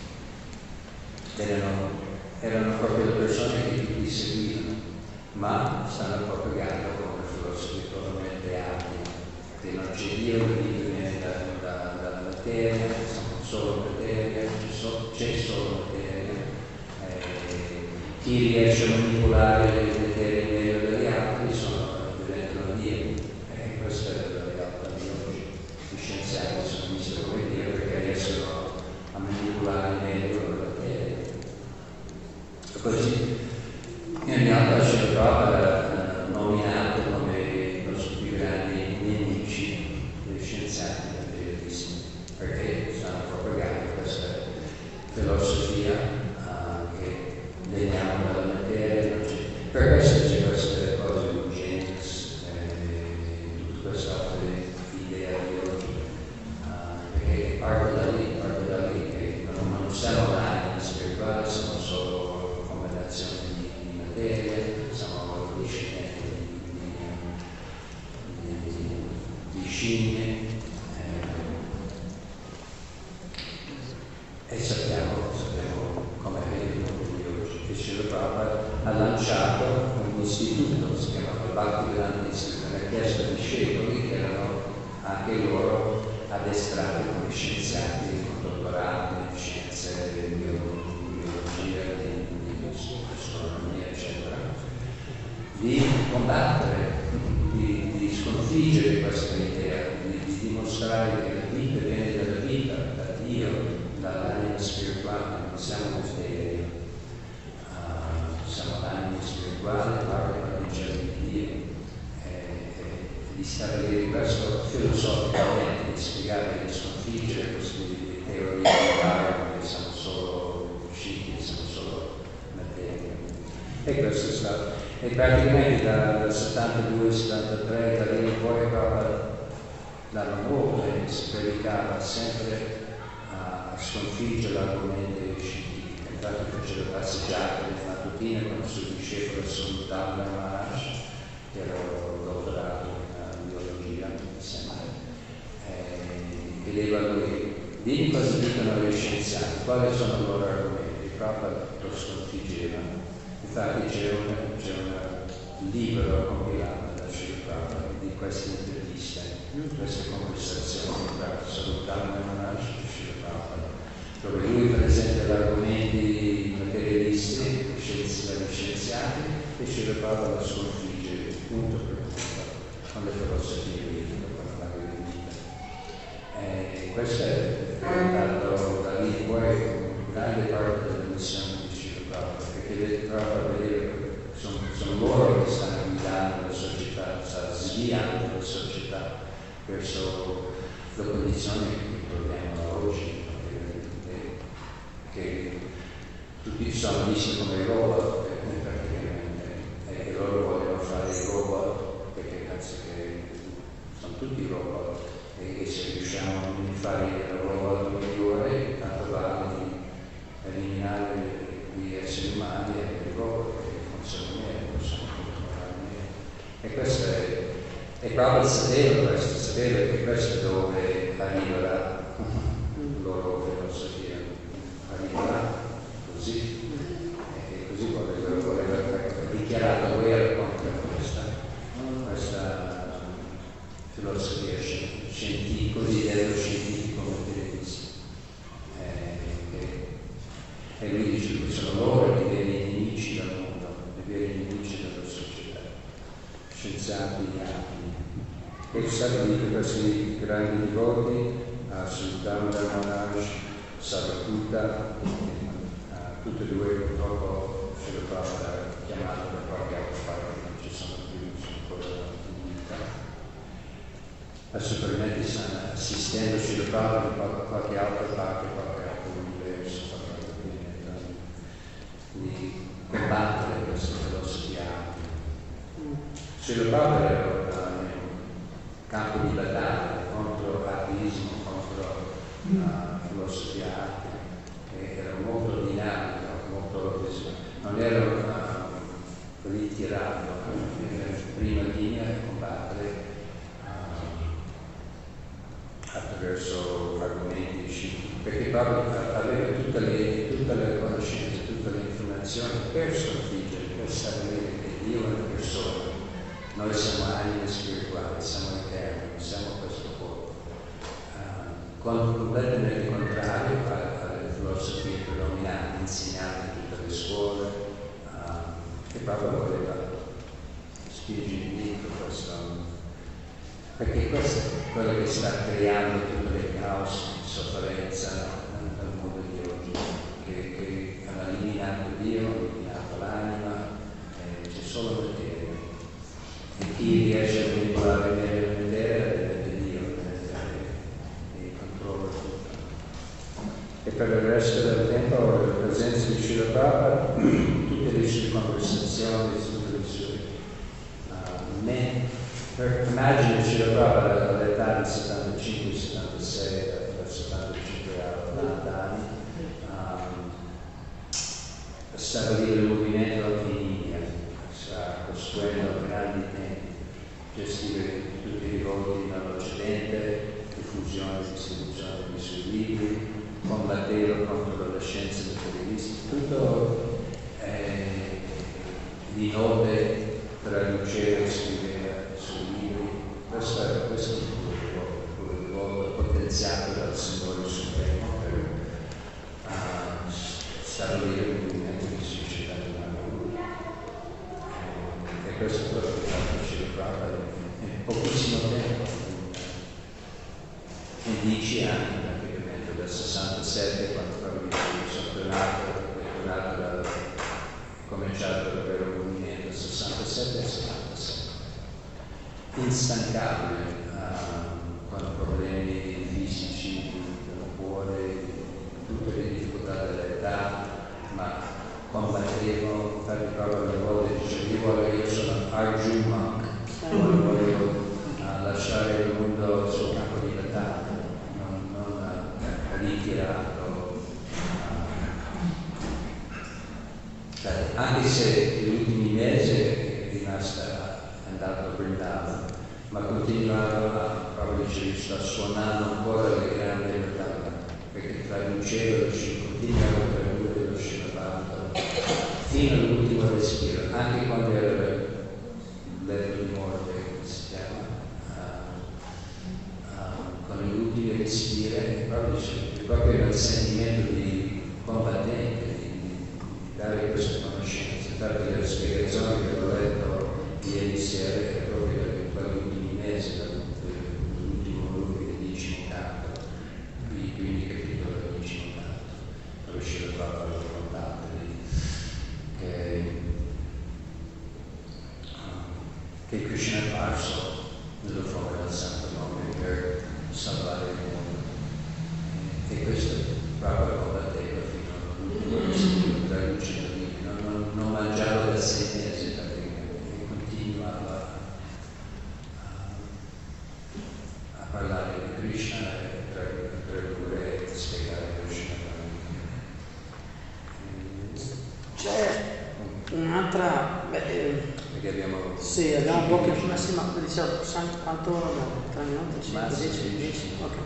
Erano proprio le persone che tutti seguivano, ma stanno propagando come filosofia totalmente atei, che non c'è Dio, che viene dalla materia, siamo solo materia, c'è solo materia. Chi riesce a manipolare le materie meglio degli altri diventano Dio. Questa è la realtà di oggi. Gli scienziati sono visti come Dio perché riescono a manipolare meglio la materia. E così in realtà c'è proprio nominato come uno dei più grandi nemici degli scienziati materialisti, perché stanno propagando questa filosofia che veniamo dalla materia. Per questo c'è queste cose eugenics, tutta questa idea di oggi, perché parte da lì che non siamo l'anima spirituale, siamo solo combinazioni di materia, siamo discendenti di scimmie, e sappiamo come è il mondo di oggi. E Srila Prabhupada ha lanciato un istituto, si chiama Bhaktivedanta Institute, ha chiesto ai discepoli che erano anche loro addestrati come scienziati, con dottorati in scienze, biologia, di astronomia, eccetera, di combattere, di sconfiggere questa idea, di dimostrare che la vita viene dalla vita, da Dio, dall'anima spirituale. Non siamo materia, siamo l'anima spirituale, parla di cielo di Dio, di stabilire questo filosoficamente, di spiegare, di sconfiggere queste teorie di Darwin, che siamo solo usciti, siamo solo materia. E questo è stato, e praticamente dal 72-73, da lì in poi proprio l'anno nuovo si predicava sempre a sconfiggere l'argomento scientifico. Infatti faceva passeggiate le mattutine con il suo discepolo Sultan Maharaj, che era dottorato in biologia insieme, e chiedeva a lui: dimmi cosa dicono gli scienziati, quali sono i loro argomenti. Proprio lo sconfiggeva. Infatti c'è un libro compilato da Srila Prabhupada di queste interviste, queste conversazioni tra Sultan Maharaj e Srila Prabhupada, dove lui presenta gli argomenti materialisti degli scienziati e Srila Prabhupada lo sconfigge punto per punto con le filosofie vediche, con la vita. E questo è diventato da lì poi grande parte della missione di Srila Prabhupada, perché deve proprio vedere che sono loro che stanno guidando la società, stanno sviando la società verso la condizione che troviamo oggi, che tutti sono visti come robot praticamente, e che loro vogliono fare i robot perché pensano che sono tutti robot, e che se riusciamo a fare il robot migliore, tanto vale di eliminare gli esseri umani e i robot che funzionano meglio, possono funzionare meglio. E questo è proprio sapere che questo è dove arriverà la loro filosofia, arriverà così, e così voleva dichiarato guerra contro questa filosofia scientifica, cosiddetto scientifico materialista. E lui dice che sono loro i veri nemici del mondo, i veri nemici della società, scienziati gli anni. E stabilito questi grandi devoti, sul Damodar Maharaj, Sarvakuta, tutte e due purtroppo Srila Prabhupada ha chiamato da qualche altra parte, non ci sono più ancora in vita. Adesso probabilmente stanno assistendo Srila Prabhupada da qualche altra parte, qualche altro universo, di combattere queste filosofie. Srila Prabhupada era un campo di battaglia contro l'ateismo, contro la filosofia atea, e era molto dinamico, non era ritirato, era in prima linea a combattere attraverso argomenti scientifici, perché Prabhupada aveva tutte le conoscenze, tutte le informazioni per sconfiggere, per sapere che Dio è una persona. Noi siamo anime spirituali, siamo eterni, non siamo questo corpo. Completamente contrario alle filosofie predominanti, insegnate in tutte le scuole, che proprio voleva spingere questo, perché questo è quello che sta creando tutto il caos, sofferenza nel mondo di oggi, che hanno eliminato Dio, hanno eliminato l'anima, c'è solo materia. E chi riesce a manipolare meglio la materia deve Dio, e controlla tutto. E per il resto del tempo la presenza di Srila Prabhupada, tutte le sue conversazioni, tutte le sue immagini Srila Prabhupada all'età di 75, 76, 75 a 80 anni, stabilire il movimento anche in India, sta costruendo grandi tempi, gestire tutti i rivolti dall'Occidente, diffusione e distribuzione dei suoi libri, combattere contro le scienze materialiste, tutto di note traducere e scrivere sui libri. Questo è il ruolo potenziato dal Signore Supremo per stabilire il movimento di società umana. E questo è quello che fa Srila Prabhupada in pochissimo tempo, in 10 anni praticamente, dal 67, quando proprio sono tornato cominciato il vero movimento, 67 e 77. Instancabile, con problemi fisici, del cuore, tutte le difficoltà dell'età, ma combattevo, infatti proprio alle volte dicevo, io sono Arjun Monk, volevo lasciare il mondo sul campo di battaglia, non ritirato. Anche se negli ultimi mesi è andato a Vrindavan, ma continuava proprio sta suonando ancora le grandi battaglie, perché traduceva, continuava a tradurre lo Srila fino all'ultimo respiro, anche quando era il letto di morte, come si chiama, con gli ultimi respiri, proprio il sentimento di combattente, dare queste conoscenze. Infatti le spiegazioni che ho letto ieri sera è proprio per gli ultimi mesi, l'ultimo volume che dice intanto, i primi capitoli che dice intanto, per riuscire a fare le contatto che Krishna è apparso nella forma del santo nome per salvare il mondo. E questo proprio combatteva fino all'ultimo respiro, traducendo non mangiava da 6 mesi praticamente, e continuava a parlare di Krishna e tradurre e spiegare Krishna. C'è un'altra, sì, abbiamo poche, ma sì, ma diciamo, quanto ora abbiamo? 3 minuti? 5, 10?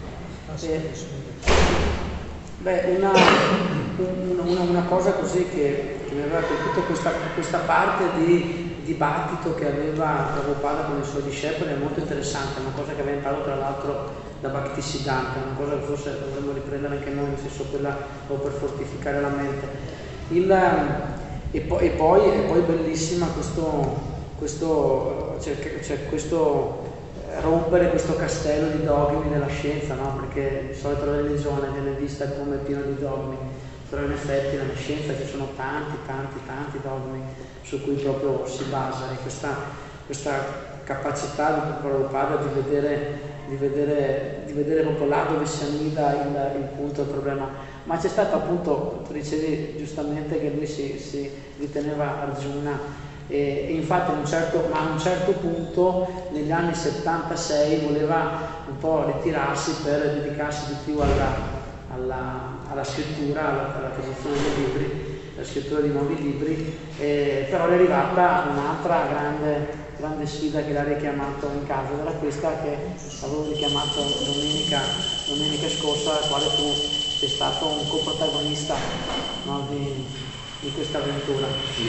Ok. Una cosa così che mi aveva colpito, questa parte di dibattito che aveva Prabhupada con i suoi discepoli è molto interessante, è una cosa che aveva imparato tra l'altro da Bhaktisiddhanta, una cosa che forse dovremmo riprendere anche noi, nel senso quella o per fortificare la mente. E poi è bellissima questo rompere questo castello di dogmi della scienza, no? Perché di solito la religione viene vista come piena di dogmi, però in effetti nella scienza ci sono tanti dogmi su cui proprio si basa, e questa capacità del popolo padre di vedere proprio là dove si annida il punto del problema. Ma c'è stato, appunto, tu dicevi giustamente che lui si riteneva Arjuna, e infatti a un certo punto negli anni 76 voleva un po' ritirarsi per dedicarsi di più alla scrittura, alla produzione dei libri, alla scrittura di nuovi libri, però è arrivata un'altra grande sfida che l'ha richiamato in casa, era questa che avevo richiamato domenica scorsa, alla quale tu sei stato un coprotagonista, no, di questa avventura.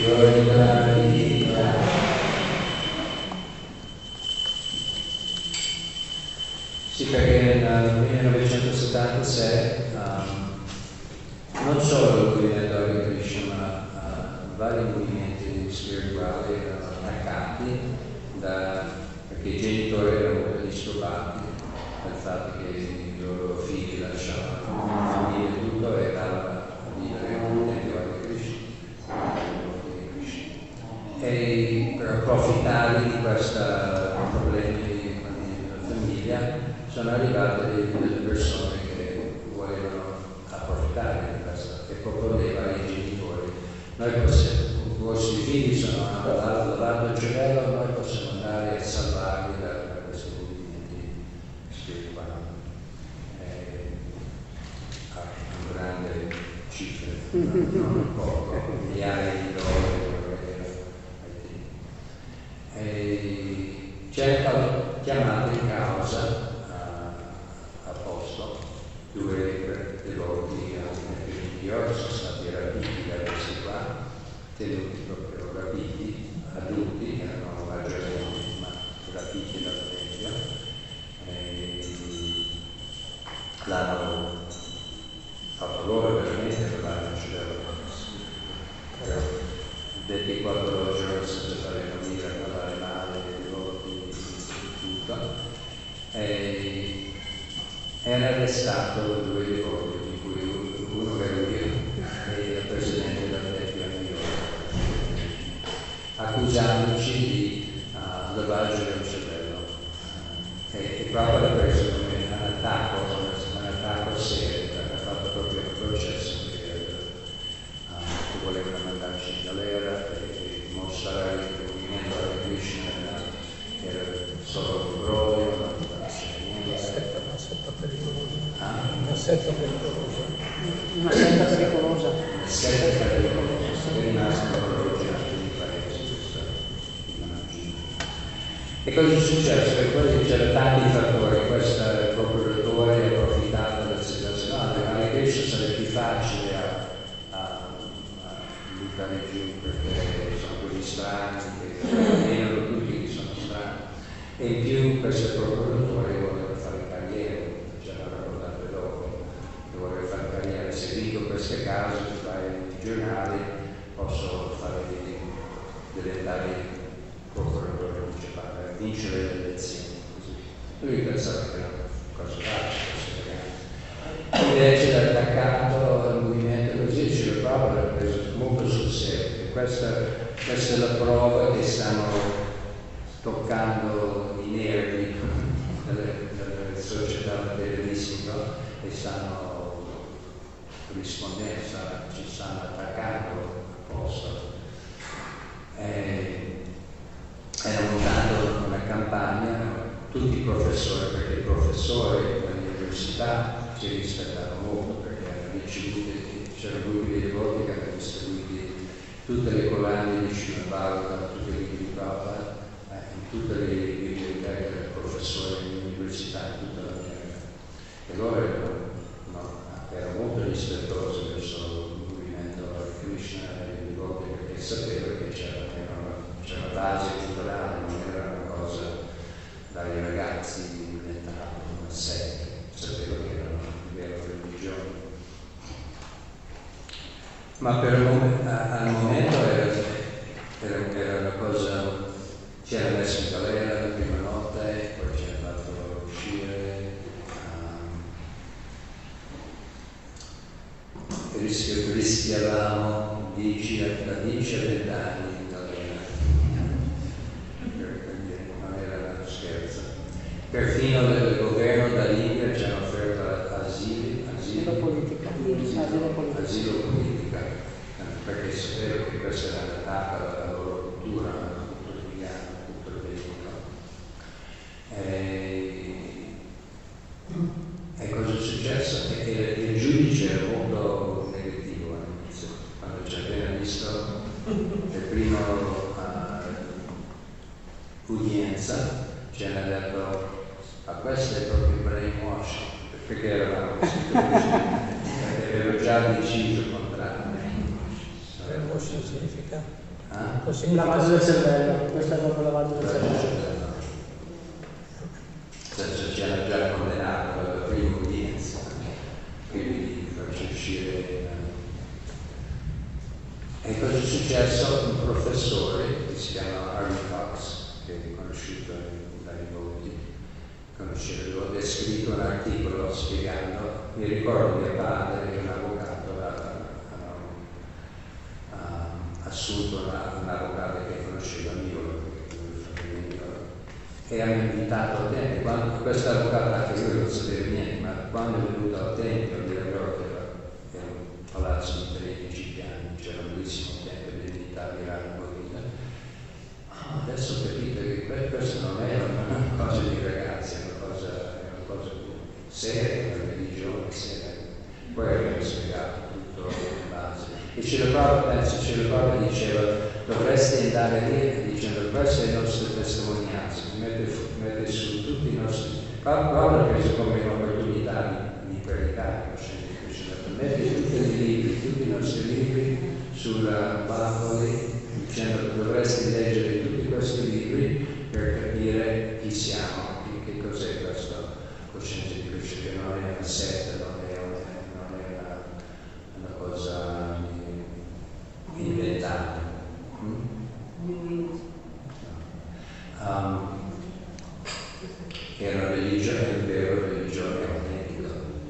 Sì, perché nel 1976 non solo il movimento Hare Krishna, ma vari movimenti spirituali erano attaccati perché i genitori erano molto disturbati dal fatto che i loro figli lasciavano la famiglia e tutto e andavano a vivere nel tempio Hare Krishna. E per approfittare di questi problemi di famiglia sono arrivate delle persone che volevano approfittare di questo e proponeva ai genitori: noi i vostri figli sono lavato il cervello, noi possiamo andare a salvarli da questi movimenti spirituali. Un grande cifra, non poco, migliaia di dollari. C'è chiamato in causa a posto due devoti di York, sono stati rapiti da questi qua, tenuti proprio rapiti, adulti, erano maggiorenni, ma rapiti dal tempio. L'hanno fatto loro veramente, l'hanno ucciso. Però 24 ore senza fare morire, a parlare male dei devoti, tutto. Era arrestato due devoti, di cui uno era io e il presidente del tempio a New York, accusandoci di lavaggio del cervello. E proprio l'ha preso come un attacco serio, perché ha fatto proprio un processo che volevano mandarci in galera e mostrare che il movimento Hare Krishna era solo un broglio, non una setta pericolosa. Una setta pericolosa. Che rinascono orologiati di paesi, e cosa è successo? Che poi c'erano tanti fattori, questo procuratore ha approfittato della situazione, Hare Krishna sarebbe più facile a buttare giù perché sono quelli strani, che erano tutti che sono strani, e in più questo procuratore voleva fare carriera, ce l'ha raccontato dopo, che voleva fare carriera: se vinco queste cause, fai i giornali, posso diventare procuratore principale, vincere le elezioni. Lui pensava che era una cosa facile, invece l'ha attaccato al movimento così, ce l'ha proprio preso molto sul serio. Questa è la prova che stanno toccando i nervi delle società materialistiche e stanno rispondendo, ci stanno attaccando apposta. Hanno montato una campagna, tutti i professori, perché i professori all'università si rispettavano molto, perché hanno ricevuto, c'erano gruppi di devoti che hanno distribuito tutte le collane di Srimad, tutti i libri di Prabhupada, in tutte le biblioteche del professore dell'università in tutta l'America. E loro erano molto rispettosi verso il movimento Hare Krishna e i devoti, perché sapevano che c'era una base culturale, non era una cosa dai ragazzi diventati una setta, sapevano che era una vera religione. Ma al momento era una cosa, c'era messo in galera la prima notte, poi c'era rischiavamo da 10 a 20 anni in galera. Non era uno scherzo. Perfino il governo da Libia ci hanno offerto asilo politica, perché sapevo che questa era la tappa della loro cultura, la cultura libiana, la cultura bellica. E cosa è successo? Che il giudice era molto negativo all'inizio, quando ci ha appena visto la prima udienza, ci hanno detto: ma questo è proprio brainwashing, perché eravamo avevo già deciso contrario. Brainwashing significa? Lavaggio del cervello, questo è proprio lavaggio del cervello. Ci hanno già condannato alla prima udienza, quindi faccio uscire. E cosa è successo? Un professore che si chiama Harvey Cox, che è conosciuto dai molti, conoscevo, ha scritto un articolo spiegando, mi ricordo mio padre che un avvocato ha assunto un avvocato che conosceva Miolo, e hanno invitato al tempio. Quando questo avvocato, anche lui non sapeva niente, ma quando è venuto al tempio di New York, era un palazzo di 13 piani, c'era un bellissimo tempio dell'unità di Rana. Adesso capite che questo non è una cosa di ragazzi, è una cosa seria, una religione seria. Poi abbiamo spiegato tutto in base. E Cielo diceva: dovreste andare lì dicendo queste le nostre testimonianze, mette su tutti i nostri. Paolo ha preso come un'opportunità di predicare, mette tutti i nostri libri sulla Bavoli, dicendo che dovreste leggere tutti questi libri per capire chi siamo, che cos'è questa coscienza di Cristo, che non è una setta, non è una cosa inventata. È una religione, è una vera religione autentica.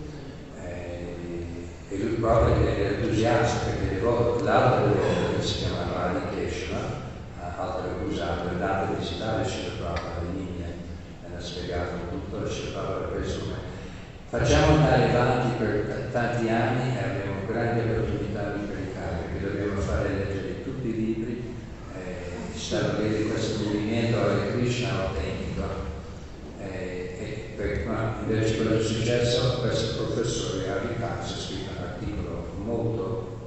E lui proprio è entusiasta, perché l'altra volta che si chiama Rani Krishna, altre usate, andate a visitare Srila Prabhupada in India, e ha spiegato tutto, Srila Prabhupada ha preso. Facciamo andare avanti per tanti anni e abbiamo grandi opportunità di predicare, perché dobbiamo fare leggere tutti i libri, stabilire questo movimento Hare Krishna autentico. Ma invece cosa è successo? Questo professore Harvey Cox ha scritto un articolo molto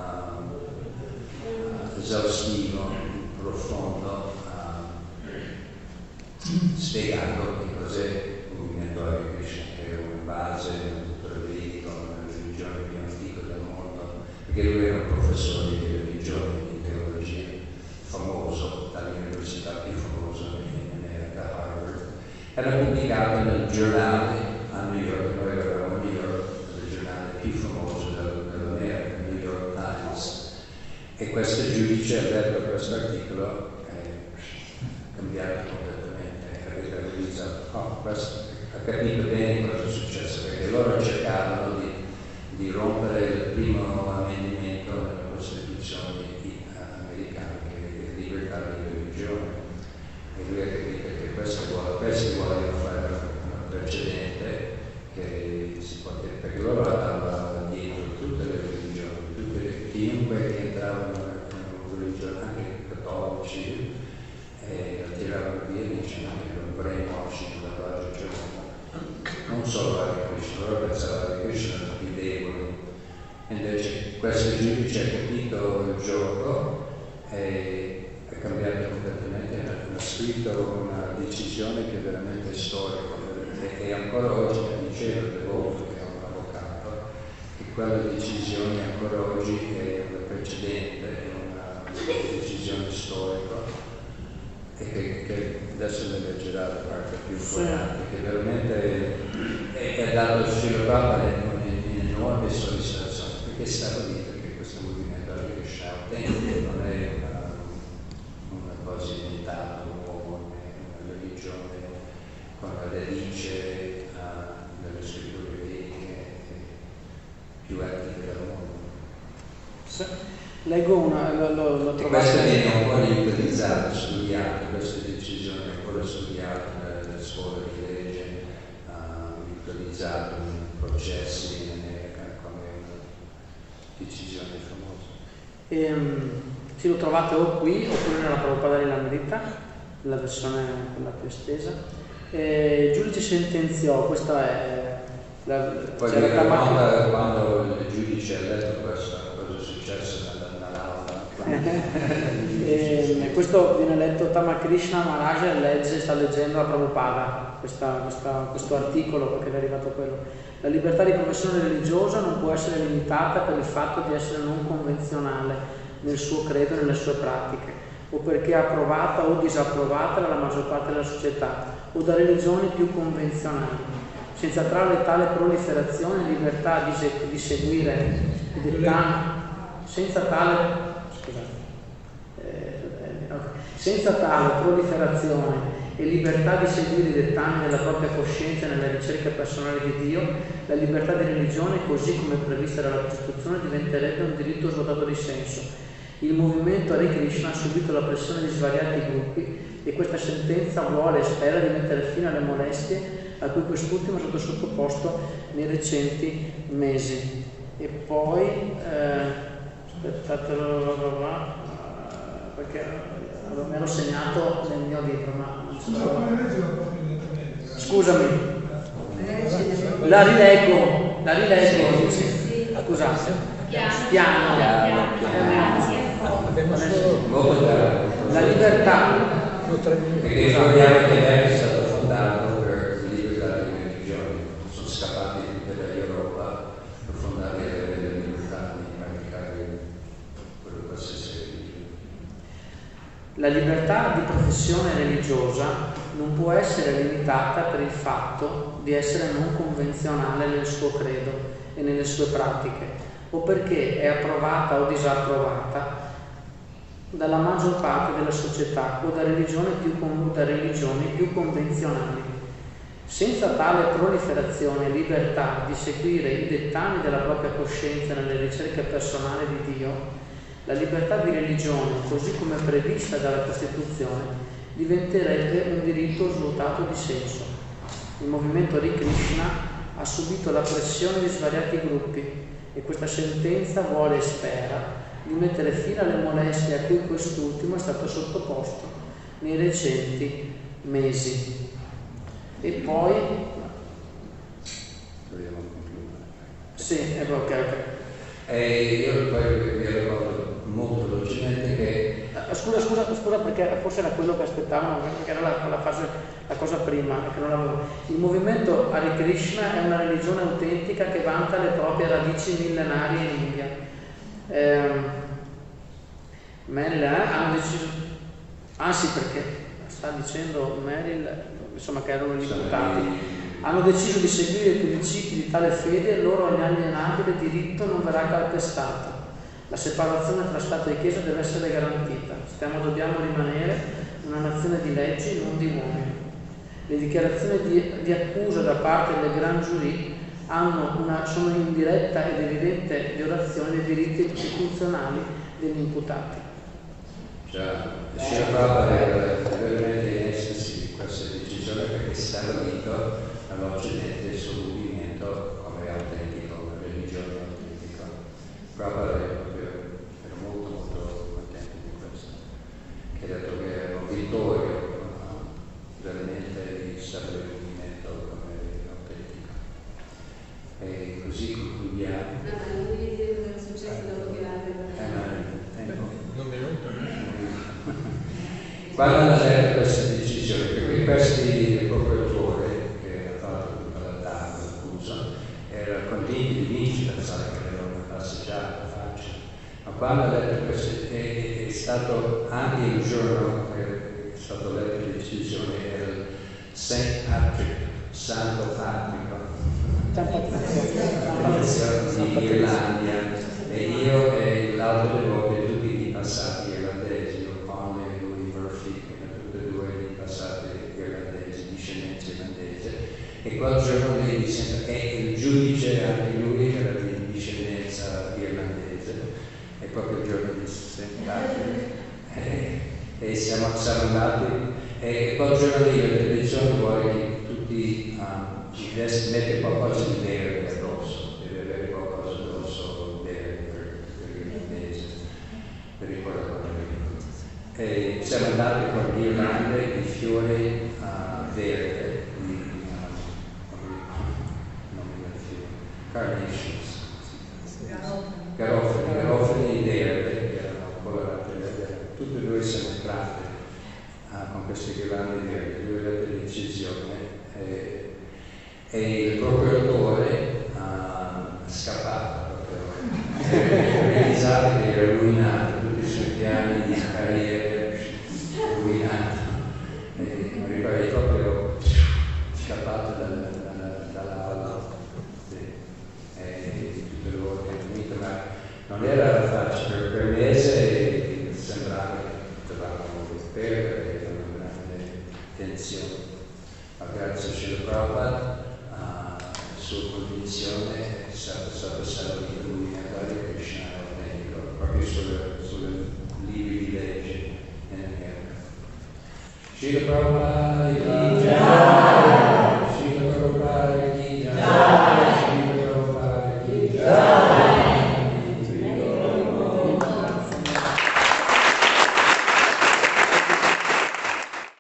esaustivo, profondo, spiegando che cos'è il movimento Hare Krishna, che è una base del tutto vedico, una religione più antica del mondo, perché lui era un professore di religione, di teologia, famoso, dall'università più famosa in America, Harvard. Era pubblicato nel giornale a New York, noi eravamo a New York, il giornale più famoso dell'America, New York Times, e questo giudice ha letto questo articolo e ha cambiato completamente, ha realizzato, ha capito bene cosa è successo, perché loro cercavano di rompere il primo ammendimento della Costituzione americana, che è libertà di religione. E lui ha capito che questi vogliono fare un precedente che si poteva, perché loro andavano dietro tutte le religioni, chiunque che entrava in una religione, anche i cattolici, la tiravano via dicendo che era un brainwashing, cioè, non solo Hare Krishna, loro pensavano che Krishna era più debole. Invece questo giudice ha capito il gioco e ha cambiato completamente, ha scritto una decisione che è veramente storica, e ancora oggi mi diceva Devoto, che è un avvocato, che quella decisione ancora oggi è una precedente, è una decisione storica, e che adesso ne leggerà la parte più importante, che veramente è dato Srila Prabhupada in enorme soddisfazione, perché stava dicendo che questo movimento Hare Krishna autentico non è una cosa inventata, un uomo, una religione con la radice delle scritture vediche più antiche del mondo. Leggo l'ho trovato. Questo viene un po' utilizzato, studiato, queste decisioni ancora studiate nelle scuole di legge, utilizzato in processi in America come una decisione famosa. Sì, lo trovate o qui oppure nella Prabhupada dell'Amrita, la versione quella più estesa. Il giudice sentenziò, questa è poi quando il giudice ha letto questo, cosa è successo nell'aula? Questo viene letto, Tamakrishna Maharaj sta leggendo la Prabhupada questo articolo, perché è arrivato quello. La libertà di professione religiosa non può essere limitata per il fatto di essere non convenzionale nel suo credo e nelle sue pratiche, o perché è approvata o disapprovata dalla maggior parte della società, o da religioni più convenzionali. Senza trarre tale proliferazione libertà di seguire i dettami, senza tale proliferazione e libertà di seguire i dettami della propria coscienza nella ricerca personale di Dio, la libertà di religione, così come prevista dalla Costituzione, diventerebbe un diritto svuotato di senso. Il movimento Hare Krishna ha subito la pressione di svariati gruppi e questa sentenza vuole e spera di mettere fine alle molestie a cui quest'ultimo è stato sottoposto nei recenti mesi. E poi, perché me l'ho segnato nel mio libro, ma non so. Scusami, la rileggo. Scusate. Piano. La libertà. Perché ricordiamo che lei è stato fondato per libertà di religione, sono scappati tutti dall'Europa per fondare le libertà di praticare quello qualsiasi religione. La libertà di professione religiosa non può essere limitata per il fatto di essere non convenzionale nel suo credo e nelle sue pratiche, o perché è approvata o disapprovata dalla maggior parte della società o da religioni più convenzionali. Senza tale proliferazione e libertà di seguire i dettami della propria coscienza nelle ricerche personali di Dio, la libertà di religione, così come prevista dalla Costituzione, diventerebbe un diritto svuotato di senso. Il movimento Hare Krishna ha subito la pressione di svariati gruppi e questa sentenza vuole e spera di mettere fine alle molestie a cui quest'ultimo è stato sottoposto nei recenti mesi. E poi Dobbiamo concludere. sì, ok. Io poi vi ricordo molto velocemente che scusa perché forse era quello che aspettavano, perché era la cosa prima che non avevo. Il movimento Hare Krishna è una religione autentica che vanta le proprie radici millenarie in India. Merrill hanno deciso, sì, perché sta dicendo Merrill, insomma, che erano gli imputati, hanno deciso di seguire i principi di tale fede e il loro inalienabile diritto non verrà calpestato. La separazione tra Stato e Chiesa deve essere garantita. Dobbiamo rimanere una nazione di leggi, non di uomini. Le dichiarazioni di accusa da parte del Gran Giurì sono in diretta ed evidente violazione dei diritti costituzionali degli imputati. Srila Prabhupada era veramente in estasi di questa decisione perché stabilito all'Occidente il suo movimento come autentico, come religione autentica. Prabhupada era molto contento di questo, che ha detto che era un vittorio veramente di stabilire il movimento come autentico. E così concludiamo. Quando hanno letto questa decisione, perché questi procuratori che hanno fatto tutta l'attacco, l'accusa, erano convinti di vincere, pensavano che era una passeggiata facile, ma quando ha letto questo, è stato anche il giorno che è stato letto la decisione, era il St. Patrick, Santo Patrick, di Irlandia, e io e l'altro devoto, tutti i passati irlandesi, O'Connell e Louis Murphy, che erano tutti e due i passati irlandesi, discendenza irlandese, e quel giorno lei dice che il giudice, anche lui, era di discendenza irlandese, è proprio il giorno di St. Patrick, e siamo andati, e quel giorno lì la tradizione vuole che tutti mette qualcosa di verde addosso, deve avere qualcosa addosso verde per l'irlandese, per ricordare quello. E siamo andati con ghirlande di fiori verde, carnations, garofani verde, che erano colorate verde. Tutti e due siamo entrati con queste ghirlande verdi, lui aveva decisione e il procuratore è scappato proprio, realizzato che era ruinato, tutti i suoi piani di carriera ruinati, mi ricordo è proprio scappato dall'aula. E tutte loro che hanno vinto, ma non era facile, per mese sembrava che dovevamo perdere, era una grande tensione, ma grazie a Srila Prabhupada, sua convinzione è stata salvata lui a varie Krishna proprio sulle libri di legge in America. Srila Prabhupada